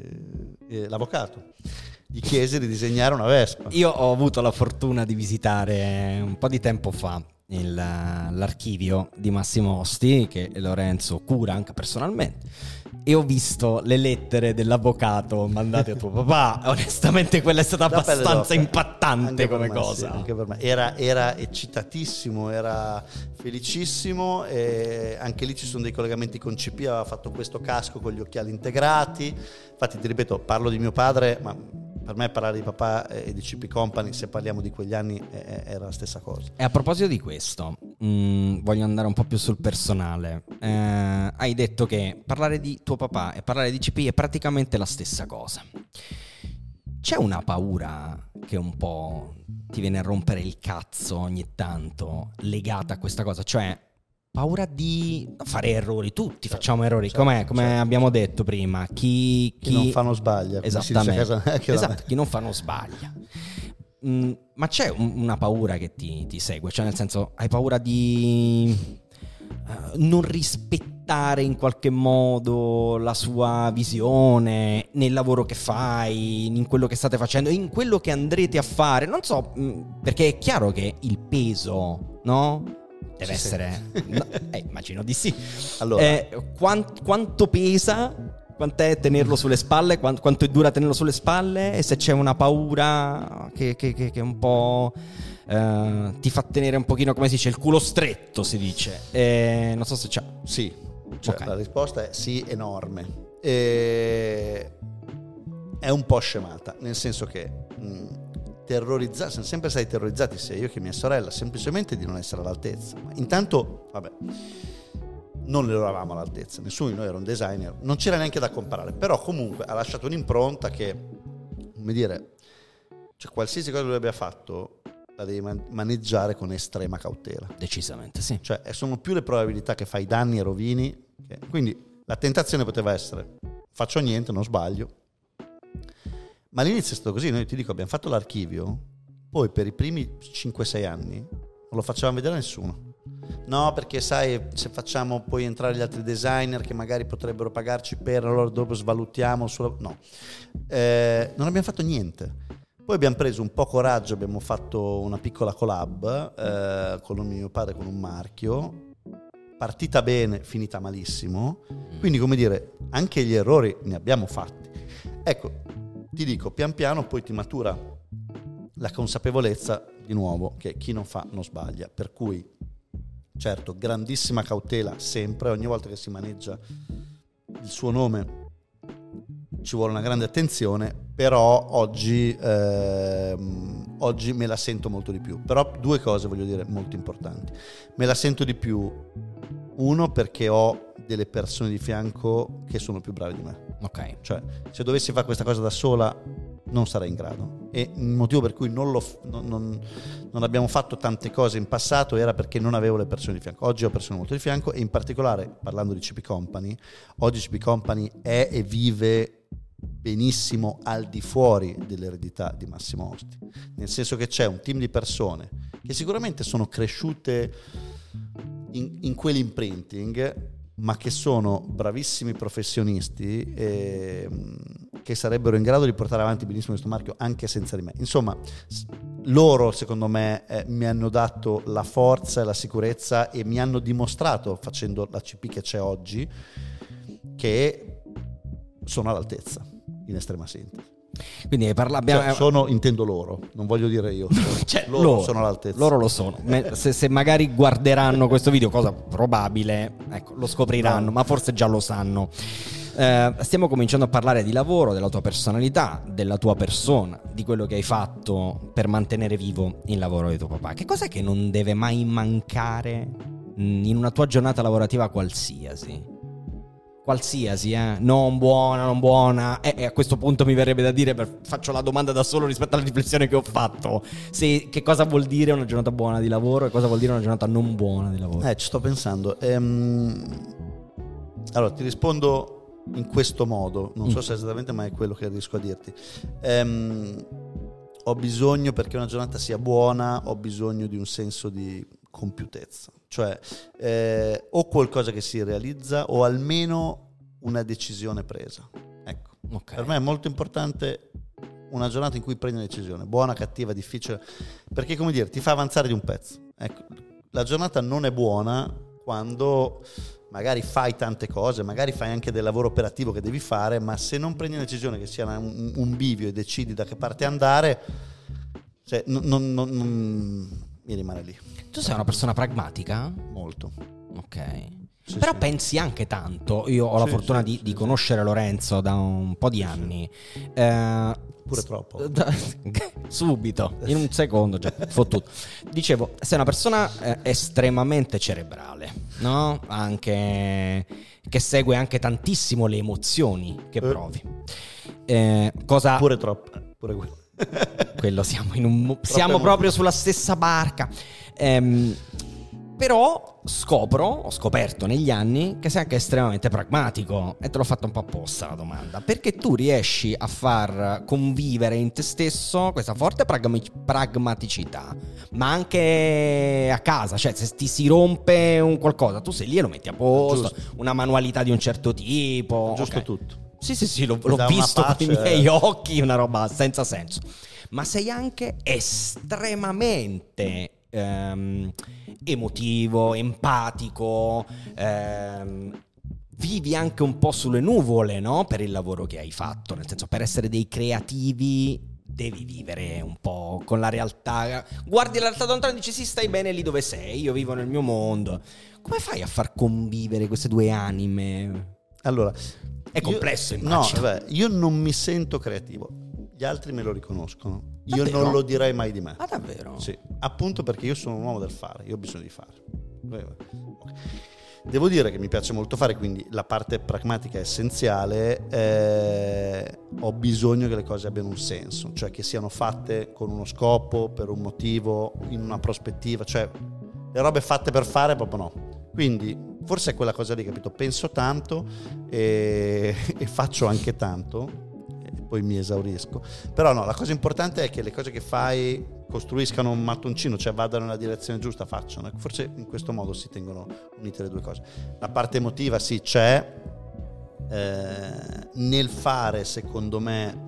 eh, eh, l'avvocato gli chiese di disegnare una Vespa. Io ho avuto la fortuna di visitare un po' di tempo fa il, l'archivio di Massimo Osti, che Lorenzo cura anche personalmente, e ho visto le lettere dell'avvocato mandate a tuo papà. Onestamente quella è stata Da pelle abbastanza d'oca. impattante Anche come per me, cosa. sì, anche per me. Era, era eccitatissimo, era felicissimo, e anche lì ci sono dei collegamenti con C P. Aveva fatto questo casco con gli occhiali integrati. Infatti ti ripeto, parlo di mio padre, ma per me parlare di papà e di C P Company, se parliamo di quegli anni, era la stessa cosa. E a proposito di questo, mh, voglio andare un po' più sul personale. Eh, hai detto che parlare di tuo papà e parlare di C P è praticamente la stessa cosa. C'è una paura che un po' ti viene a rompere il cazzo ogni tanto legata a questa cosa? Cioè, paura di fare errori, tutti certo, facciamo errori, certo, com'è, come certo. abbiamo detto prima, chi, chi... chi non fa non sbaglia, esattamente, si dice che esatto, chi non fa non sbaglia. Mm, ma c'è un, una paura che ti, ti segue, cioè nel senso, hai paura di uh, non rispettare in qualche modo la sua visione nel lavoro che fai, in quello che state facendo, in quello che andrete a fare, non so, mh, perché è chiaro che il peso, no? Deve sì, essere sì. No, eh, immagino di sì. Allora, eh, quant, quanto pesa, quant'è tenerlo sulle spalle, quant, quanto è dura tenerlo sulle spalle, e se c'è una paura che, che, che, che un po' eh, ti fa tenere un pochino, come si dice, il culo stretto, si dice. Eh, non so se c'è. Sì, cioè, okay. La risposta è sì, enorme. E... è un po' scemata, nel senso che mh, terrorizzati, siamo sempre stati terrorizzati, sia io che mia sorella, semplicemente di non essere all'altezza. Ma intanto, vabbè, non lo eravamo all'altezza, nessuno di noi era un designer, non c'era neanche da comparare, però comunque ha lasciato un'impronta che, come dire, cioè qualsiasi cosa lui abbia fatto la devi man- maneggiare con estrema cautela. Decisamente sì. Cioè sono più le probabilità che fai danni e rovini, che... quindi la tentazione poteva essere faccio niente, non sbaglio. Ma all'inizio è stato così, noi ti dico abbiamo fatto l'archivio, poi per i primi cinque sei anni non lo facevamo vedere a nessuno. No, perché sai, se facciamo poi entrare gli altri designer che magari potrebbero pagarci per, allora dopo svalutiamo sulla... no, eh, non abbiamo fatto niente. Poi abbiamo preso un po' coraggio, abbiamo fatto una piccola collab eh, con mio padre, con un marchio, partita bene, finita malissimo, quindi come dire, anche gli errori ne abbiamo fatti. Ecco, ti dico, pian piano poi ti matura la consapevolezza, di nuovo, che chi non fa non sbaglia, per cui certo, grandissima cautela sempre, ogni volta che si maneggia il suo nome ci vuole una grande attenzione, però oggi, ehm, oggi me la sento molto di più. Però due cose voglio dire molto importanti. Me la sento di più, uno, perché ho delle persone di fianco che sono più brave di me. Ok. Cioè, se dovessi fare questa cosa da sola non sarei in grado. E il motivo per cui non, lo, non, non, non abbiamo fatto tante cose in passato era perché non avevo le persone di fianco. Oggi ho persone molto di fianco e in particolare, parlando di C P Company, oggi C P Company è e vive benissimo al di fuori dell'eredità di Massimo Osti, nel senso che c'è un team di persone che sicuramente sono cresciute in, in quell'imprinting, ma che sono bravissimi professionisti e che sarebbero in grado di portare avanti benissimo questo marchio anche senza di me. Insomma, loro secondo me eh, mi hanno dato la forza e la sicurezza e mi hanno dimostrato, facendo la C P che c'è oggi, che sono all'altezza, in estrema sintesi. Quindi parla, abbiamo... cioè, sono, intendo loro, non voglio dire io, cioè, loro, loro sono all'altezza. Loro lo sono. Se, se magari guarderanno questo video, cosa probabile, ecco, lo scopriranno, no. Ma forse già lo sanno. Eh, stiamo cominciando a parlare di lavoro, della tua personalità, della tua persona, di quello che hai fatto per mantenere vivo il lavoro di tuo papà. Che cos'è che non deve mai mancare in una tua giornata lavorativa qualsiasi? Qualsiasi, eh? Non buona, non buona. E eh, a questo punto mi verrebbe da dire, per, faccio la domanda da solo rispetto alla riflessione che ho fatto. Se, che cosa vuol dire una giornata buona di lavoro e cosa vuol dire una giornata non buona di lavoro? Eh, ci sto pensando. Ehm, allora, ti rispondo in questo modo. Non so se esattamente, ma è quello che riesco a dirti. Ehm, ho bisogno, perché una giornata sia buona, ho bisogno di un senso di compiutezza. Cioè eh, o qualcosa che si realizza o almeno una decisione presa. Ecco, okay. Per me è molto importante una giornata in cui prendi una decisione, buona, cattiva, difficile, perché come dire, ti fa avanzare di un pezzo. Ecco, la giornata non è buona quando magari fai tante cose, magari fai anche del lavoro operativo che devi fare, ma se non prendi una decisione che sia un, un bivio e decidi da che parte andare, cioè, non, non, non, non mi rimane lì. Tu sei una persona pragmatica? Molto. Ok. Sì, Però sì. pensi anche tanto. Io ho la sì, fortuna sì, di, sì, di sì. conoscere Lorenzo da un po' di anni. Eh, Pure troppo. Subito, in un secondo, già fottuto. Dicevo, sei una persona eh, estremamente cerebrale, no? Anche che segue anche tantissimo le emozioni che Eh. provi. Eh, cosa Pure troppo. Pure quello. quello siamo in un siamo proprio sulla stessa barca. Ehm, però scopro, ho scoperto negli anni che sei anche estremamente pragmatico, e te l'ho fatta un po' apposta la domanda, perché tu riesci a far convivere in te stesso questa forte pragmi- pragmaticità, ma anche a casa, cioè se ti si rompe un qualcosa, tu sei lì e lo metti a posto. Giusto. Una manualità di un certo tipo. Giusto, okay. tutto. Sì, sì, sì, l'ho, l'ho visto con i miei occhi, una roba senza senso. Ma sei anche estremamente ehm, emotivo, empatico, ehm, vivi anche un po' sulle nuvole, no? Per il lavoro che hai fatto, nel senso, per essere dei creativi devi vivere un po' con la realtà. Guardi la realtà da lontano e dici sì, stai bene lì dove sei, io vivo nel mio mondo. Come fai a far convivere queste due anime? Allora, è complesso, io, immagino. No, beh, io non mi sento creativo. Gli gli altri me lo riconoscono. Io Davvero? non lo direi mai di me. Ah, davvero? Sì, appunto perché io sono un uomo del fare, io ho bisogno di fare. Devo dire che mi piace molto fare, quindi la parte pragmatica è essenziale. Eh, ho bisogno che le cose abbiano un senso, cioè che siano fatte con uno scopo, per un motivo, in una prospettiva, cioè le robe fatte per fare proprio no. Quindi forse è quella cosa lì, capito? Penso tanto e, e faccio anche tanto, e poi mi esaurisco. Però no, la cosa importante è che le cose che fai costruiscano un mattoncino, cioè vadano nella direzione giusta, facciano. Forse in questo modo si tengono unite le due cose. La parte emotiva sì c'è, eh, nel fare secondo me,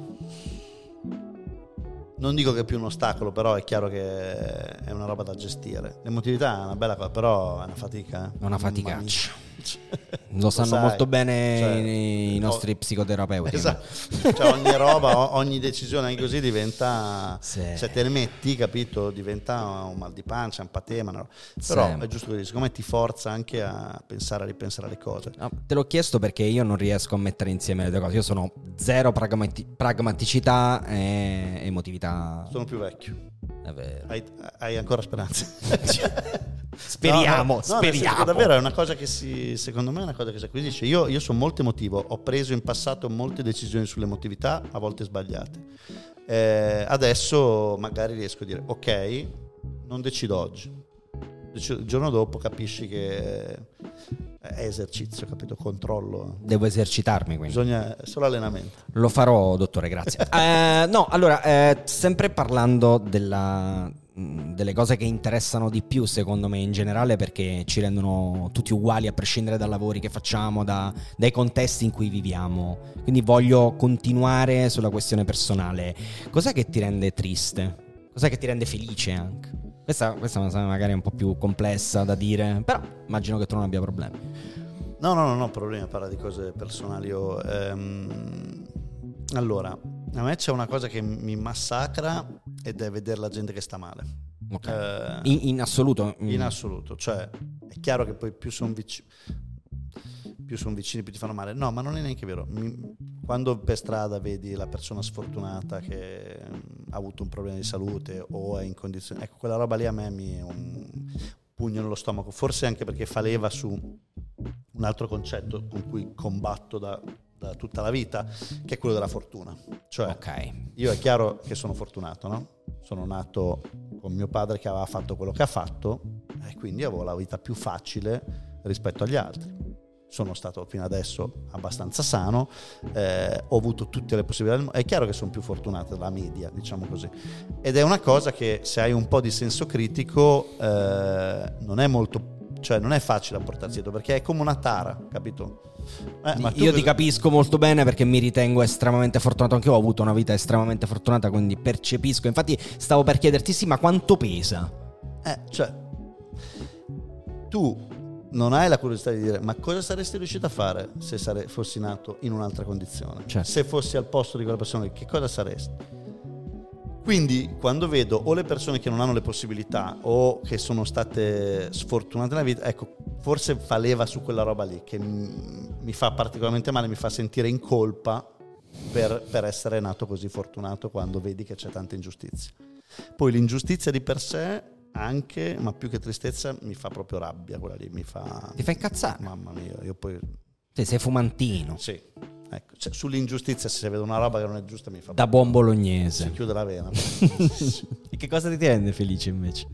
non dico che è più un ostacolo, però è chiaro che è una roba da gestire. L'emotività è una bella cosa, però è una fatica. È una faticaccia. Lo Lo sanno sai, molto bene cioè, i nostri oh, psicoterapeuti. esatto. Cioè ogni roba, o- ogni decisione anche così diventa, Sì. se te ne metti, capito, diventa un mal di pancia, un patema, no? Però Sì. è giusto così, secondo me ti forza anche a pensare, a ripensare alle cose. No, te l'ho chiesto perché io non riesco a mettere insieme le due cose. Io sono zero pragmati- pragmaticità e emotività. Sono più vecchio, È vero. hai, hai ancora speranze? Speriamo, No, no, no, nel senso speriamo. che davvero è una cosa che si, secondo me è una cosa che si acquisisce. Io, io sono molto emotivo, ho preso in passato molte decisioni sull'emotività, a volte sbagliate. Eh, adesso magari riesco a dire ok, non decido oggi. Decido- Il giorno dopo capisci che è esercizio, capito? Controllo. Devo esercitarmi, quindi. Bisogna solo allenamento. Lo farò, dottore, grazie. Eh, no, allora, eh, sempre parlando della, mh, delle cose che interessano di più, secondo me, in generale, perché ci rendono tutti uguali a prescindere dai lavori che facciamo, da- dai contesti in cui viviamo. Quindi voglio continuare sulla questione personale. Cos'è che ti rende triste? Cos'è che ti rende felice anche? Questa, questa è una cosa magari un po' più complessa da dire, però immagino che tu non abbia problemi. No, no, no, no, problemi, parla di cose personali. Io, ehm, allora, a me c'è una cosa che mi massacra ed è vedere la gente che sta male. Ok. Eh, In, in assoluto. in assoluto, cioè è chiaro che poi più sono vicini, più sono vicini più ti fanno male. No, ma non è neanche vero. Mi- quando per strada vedi la persona sfortunata che mm, ha avuto un problema di salute o è in condizioni, ecco, quella roba lì a me mi è un pugno nello stomaco, forse anche perché fa leva su un altro concetto con cui combatto da, da tutta la vita, che è quello della fortuna. Cioè, Ok. io è chiaro che sono fortunato, no? Sono nato con mio padre che aveva fatto quello che ha fatto e quindi avevo la vita più facile rispetto agli altri. Sono stato fino adesso abbastanza sano, eh, ho avuto tutte le possibilità del mondo. È chiaro che sono più fortunato della media, diciamo così. Ed è una cosa che se hai un po' di senso critico eh, non è molto, cioè non è facile da portarsi dietro, perché è come una tara, capito? Eh, ma tu Io cosa- ti capisco molto bene perché mi ritengo estremamente fortunato. Anche io ho avuto una vita estremamente fortunata, quindi percepisco. Infatti stavo per chiederti, sì, ma quanto pesa? Eh, cioè, tu non hai la curiosità di dire ma cosa saresti riuscito a fare se sare- fossi nato in un'altra condizione? Certo. Se fossi al posto di quella persona, che cosa saresti? Quindi quando vedo o le persone che non hanno le possibilità o che sono state sfortunate nella vita, ecco, forse fa leva su quella roba lì che m- mi fa particolarmente male, mi fa sentire in colpa per, per essere nato così fortunato quando vedi che c'è tanta ingiustizia. Poi l'ingiustizia di per sé anche, ma più che tristezza mi fa proprio rabbia, quella lì mi fa, Ti fa incazzare? mamma mia, io poi Te sei fumantino. sì, ecco, cioè, sull'ingiustizia se vedo una roba che non è giusta mi fa Da buon si bolognese. chiude la vena. E che cosa ti rende felice invece?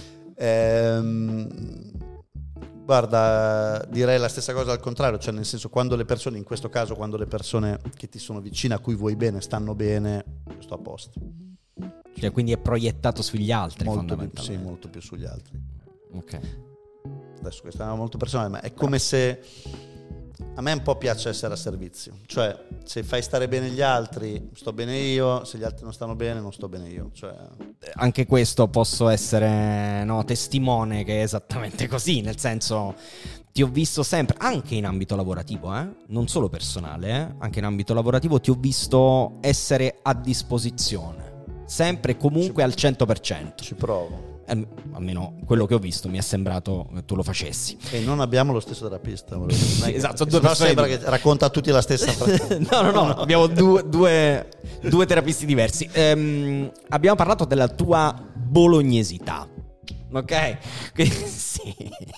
Ehm, guarda, direi la stessa cosa al contrario, cioè nel senso, quando le persone, in questo caso quando le persone che ti sono vicine, a cui vuoi bene, stanno bene, io sto a posto. Cioè, quindi è proiettato sugli altri, Molto più, sì, fondamentalmente. molto più sugli altri. Ok. Adesso questa è una molto personale, ma è come se a me un po' piace essere a servizio, cioè se fai stare bene gli altri sto bene io, se gli altri non stanno bene non sto bene io, cioè Anche questo posso essere, no, testimone che è esattamente così, nel senso, ti ho visto sempre, anche in ambito lavorativo, eh? Non solo personale, eh? Anche in ambito lavorativo ti ho visto essere a disposizione, sempre e comunque Ci- al cento per cento. ci provo. Eh, almeno quello che ho visto mi è sembrato che tu lo facessi. E non abbiamo lo stesso terapista. Non è Esatto, che, due persone sembra di... che racconta a tutti la stessa frase. no, no, no, no, abbiamo due, due, due terapisti diversi. Ehm, abbiamo parlato della tua bolognesità. Ok? Sì.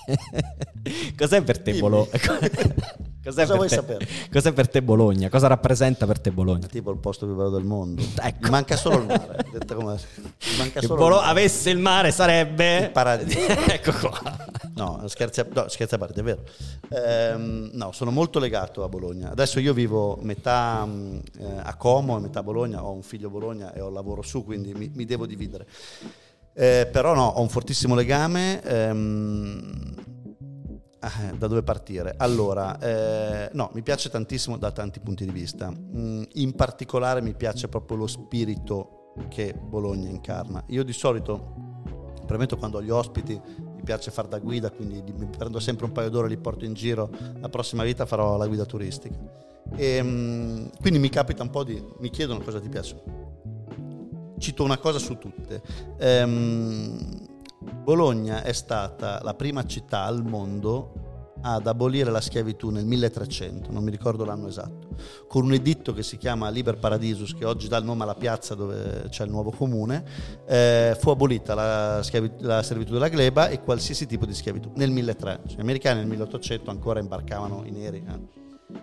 Cos'è per te Bologna? Cos'è, Cosa vuoi te, sapere? Cos'è per te Bologna? Cosa rappresenta per te Bologna? Tipo il posto più bello del mondo. Ecco. Mi manca solo il mare. Detta come... Mi manca Se solo Bolo- il mare. avesse il mare sarebbe il paradiso. Ecco qua. No, scherzi a, no, scherzi a parte, è vero. Ehm, no, sono molto legato a Bologna. Adesso io vivo metà eh, a Como e metà a Bologna. Ho un figlio a Bologna e ho lavoro su, quindi mi, mi devo dividere. Eh, però no, ho un fortissimo legame. Ehm, eh, da dove partire? Allora, eh, no, mi piace tantissimo da tanti punti di vista. Mm, in particolare mi piace proprio lo spirito che Bologna incarna. Io di solito, premetto, quando ho gli ospiti mi piace far da guida, quindi mi prendo sempre un paio d'ore e li porto in giro. La prossima vita farò la guida turistica. E, mm, quindi mi capita un po' di... mi chiedono cosa ti piace. Cito una cosa su tutte. Ehm, Bologna è stata la prima città al mondo ad abolire la schiavitù nel milletrecento, non mi ricordo l'anno esatto, con un editto che si chiama Liber Paradisus, che oggi dà il nome alla piazza dove c'è il nuovo comune. Eh, fu abolita la, schiavitù, la servitù della gleba e qualsiasi tipo di schiavitù nel milletrecento. Gli americani nel milleottocento ancora imbarcavano i neri. Eh.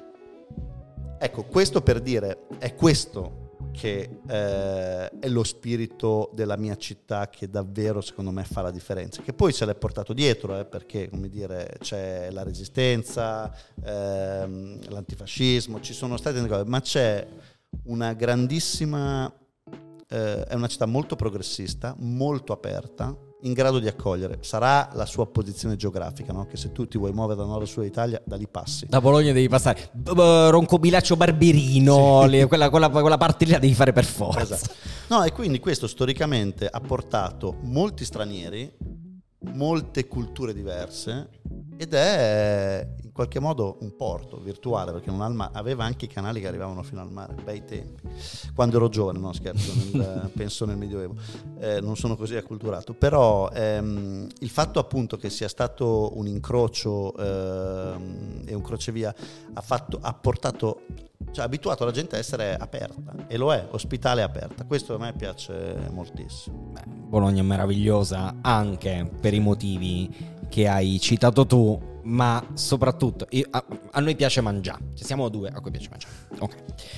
Ecco, questo per dire, è questo che eh, è lo spirito della mia città che davvero secondo me fa la differenza, che poi se l'è portato dietro eh, perché come dire c'è la resistenza, ehm, l'antifascismo, ci sono state cose, ma c'è una grandissima eh, è una città molto progressista, molto aperta, in grado di accogliere. Sarà la sua posizione geografica, no? Che se tu ti vuoi muovere da nord a sud d'Italia, da lì passi. Da Bologna devi passare B- B- Roncobilaccio Barberino, sì. le, quella, quella, quella parte lì la devi fare per forza. Esatto. No, e quindi questo storicamente ha portato molti stranieri, molte culture diverse, ed è in qualche modo un porto virtuale, perché non ha il ma- aveva anche i canali che arrivavano fino al mare, bei tempi, quando ero giovane, no scherzo, nel, penso nel Medioevo, eh, non sono così acculturato, però ehm, il fatto appunto che sia stato un incrocio ehm, e un crocevia ha, fatto, ha portato, cioè ha abituato la gente a essere aperta, e lo è, ospitale e aperta. Questo a me piace moltissimo. Beh, Bologna è meravigliosa anche per i motivi che hai citato tu, ma soprattutto io, a, a noi piace mangiare, ci siamo due a cui piace mangiare, ok,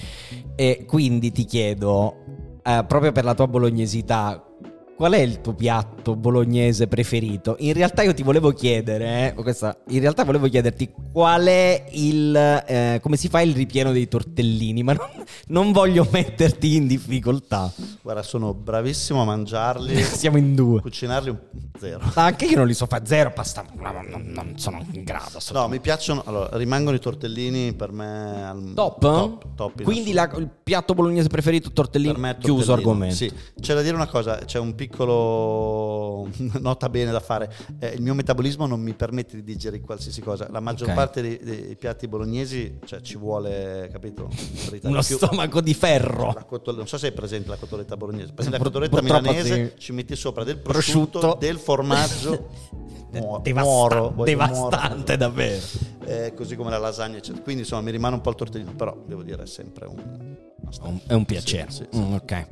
e quindi ti chiedo eh, proprio per la tua bolognesità, qual è il tuo piatto bolognese preferito? In realtà io ti volevo chiedere, eh, questa, in realtà volevo chiederti qual è il, eh, come si fa il ripieno dei tortellini, ma non, non voglio metterti in difficoltà. Guarda, sono bravissimo a mangiarli. Siamo in due. Cucinarli un zero. Anche io non li so fare, zero pasta, non, non, non sono in grado. No, mi piacciono, allora, rimangono i tortellini per me al Top? top, top Quindi la, il piatto bolognese preferito tortellini, per me chiuso tortellino. argomento. Sì, c'è da dire una cosa, c'è un piccolo nota bene da fare. Eh, il mio metabolismo non mi permette di digerire qualsiasi cosa. La maggior Ok. parte dei, dei piatti bolognesi, cioè ci vuole, capito? Uno più. stomaco di ferro. La cotol- non so se è presente la cotoletta bolognese. Prendi la Pur- cotoletta purtroppo milanese, sì. ci metti sopra del prosciutto, Prosciutto. del formaggio. Muoro, Devasta- muoro, voglio devastante muoro. davvero. Eh, così come la lasagna, eccetera. Quindi insomma mi rimane un po' il tortellino, però devo dire è sempre un, È un, è un piacere. Sì, sì, sì. Mm, ok.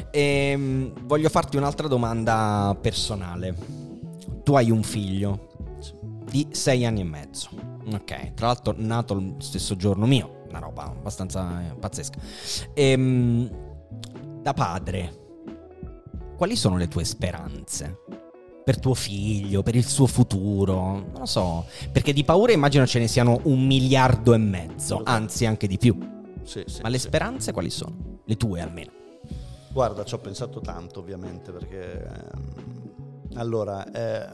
Ehm, voglio farti un'altra domanda personale. Tu hai un figlio di sei anni e mezzo. Ok, tra l'altro nato lo stesso giorno mio, una roba abbastanza eh, pazzesca. Ehm, da padre, quali sono le tue speranze? Per tuo figlio, per il suo futuro, non lo so, perché di paure immagino ce ne siano un miliardo e mezzo, anzi anche di più. Sì, sì, Ma le sì. speranze quali sono? Le tue almeno. Guarda, ci ho pensato tanto ovviamente perché ehm, allora eh,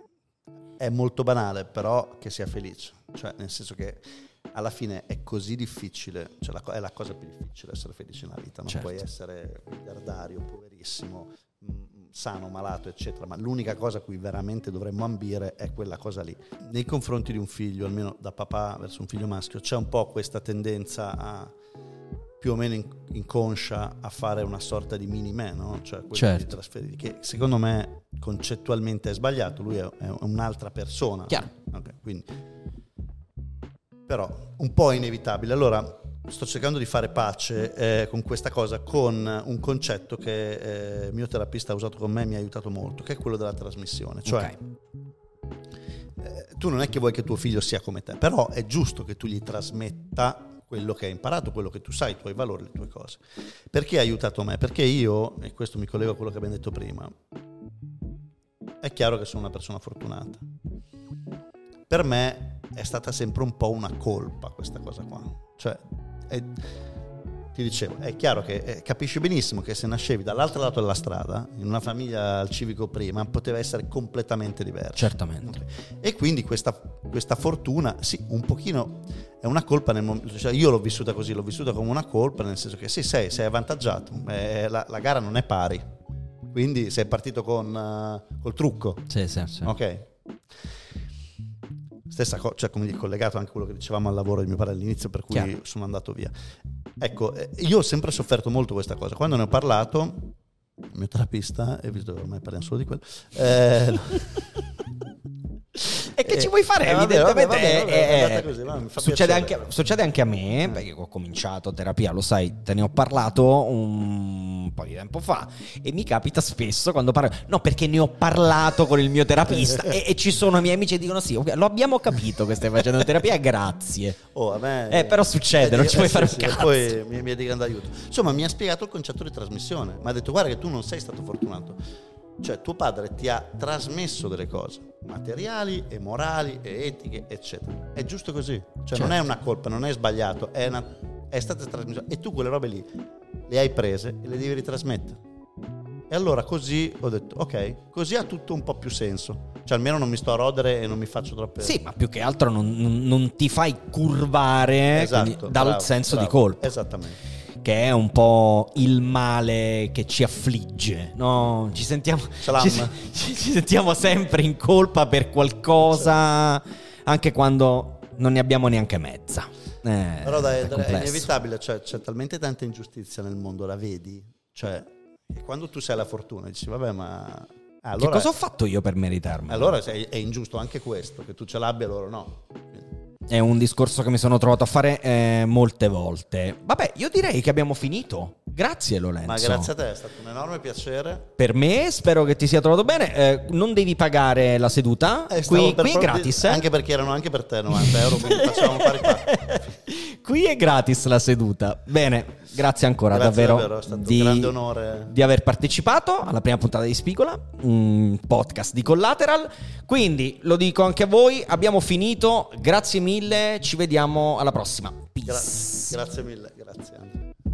è molto banale, però che sia felice, cioè nel senso che alla fine è così difficile, cioè la, è la cosa più difficile essere felice nella vita, non Certo. puoi essere miliardario, poverissimo, mh, sano, malato, eccetera, ma l'unica cosa a cui veramente dovremmo ambire è quella cosa lì. Nei confronti di un figlio, almeno da papà verso un figlio maschio, c'è un po' questa tendenza a più o meno inconscia a fare una sorta di mini me, no? Cioè quello Certo. di trasferire, che secondo me concettualmente è sbagliato, lui è, è un'altra persona. Chiaro. Okay, quindi, però un po' inevitabile. Allora sto cercando di fare pace eh, con questa cosa, con un concetto che eh, il mio terapista ha usato con me e mi ha aiutato molto, che è quello della trasmissione. Cioè, okay. eh, tu non è che vuoi che tuo figlio sia come te, però è giusto che tu gli trasmetta quello che hai imparato, quello che tu sai, i tuoi valori, le tue cose. Perché ha aiutato me? Perché io, e questo mi collego a quello che abbiamo detto prima, è chiaro che sono una persona fortunata. Per me è stata sempre un po' una colpa questa cosa qua. Cioè, è, ti dicevo, è chiaro che eh, capisci benissimo che se nascevi dall'altro lato della strada, in una famiglia al civico prima, poteva essere completamente diverso. Certamente. Okay. E quindi questa, questa fortuna, sì, un pochino è una colpa nel momento, cioè io l'ho vissuta così, l'ho vissuta come una colpa, nel senso che sì, sei, sei avvantaggiato, eh, la, la gara non è pari, quindi sei partito con uh, col trucco. Sì, sì, sì. Ok. Stessa cosa, cioè come dire, collegato anche a quello che dicevamo al lavoro di mio padre all'inizio, per cui Chiaro. sono andato via. Ecco, io ho sempre sofferto molto questa cosa. Quando ne ho parlato, il mio terapista, e visto che ormai parliamo solo di quello, eh, e che eh, ci vuoi fare? Eh, evidentemente vabbè, vabbè, vabbè, eh, così, va, succede, anche, succede anche a me, mm. perché ho cominciato terapia, lo sai, te ne ho parlato un po' di tempo fa, e mi capita spesso quando parlo, no, perché ne ho parlato con il mio terapista e, e ci sono i miei amici che dicono sì, okay, lo abbiamo capito che stai facendo terapia, grazie. Oh, a me, eh, però succede, eh, non ci puoi eh, fare sì, un cazzo. Poi mi, mi è di grande aiuto. Insomma, mi ha spiegato il concetto di trasmissione, mi ha detto guarda che tu non sei stato fortunato. Cioè tuo padre ti ha trasmesso delle cose materiali e morali e etiche eccetera, è giusto così, cioè certo. Non è una colpa, non è sbagliato, è, una, è stata trasmessa e tu quelle robe lì le hai prese e le devi ritrasmettere. E allora così ho detto ok, così ha tutto un po' più senso, cioè almeno non mi sto a rodere e non mi faccio troppe... Sì, ma più che altro non, non, non ti fai curvare esatto, dal bravo, senso bravo, di colpa. Esattamente. Che è un po' il male che ci affligge, no? Ci sentiamo, ci, ci, ci sentiamo sempre in colpa per qualcosa, anche quando non ne abbiamo neanche mezza. Eh, Però dai, è, è inevitabile, cioè, c'è talmente tanta ingiustizia nel mondo, la vedi? Cioè, quando tu sei la fortuna dici, vabbè, ma... Allora, che cosa ho fatto io per meritarmi? Allora è, è ingiusto anche questo, che tu ce l'abbia e loro no. È un discorso che mi sono trovato a fare eh, molte volte. Vabbè, io direi che abbiamo finito. Grazie Lorenzo. Ma grazie a te, è stato un enorme piacere. Per me, spero che ti sia trovato bene. Eh, non devi pagare la seduta. Eh, qui qui è gratis. Eh? Anche perché erano anche per te novanta euro, quindi facciamo pari pari. Qui è gratis la seduta. Bene, grazie ancora grazie davvero, davvero, è stato di, un grande onore di aver partecipato alla prima puntata di Spigola, un podcast di Collateral. Quindi lo dico anche a voi, abbiamo finito. Grazie mille, ci vediamo alla prossima. Peace. Gra- grazie mille, grazie Andrea.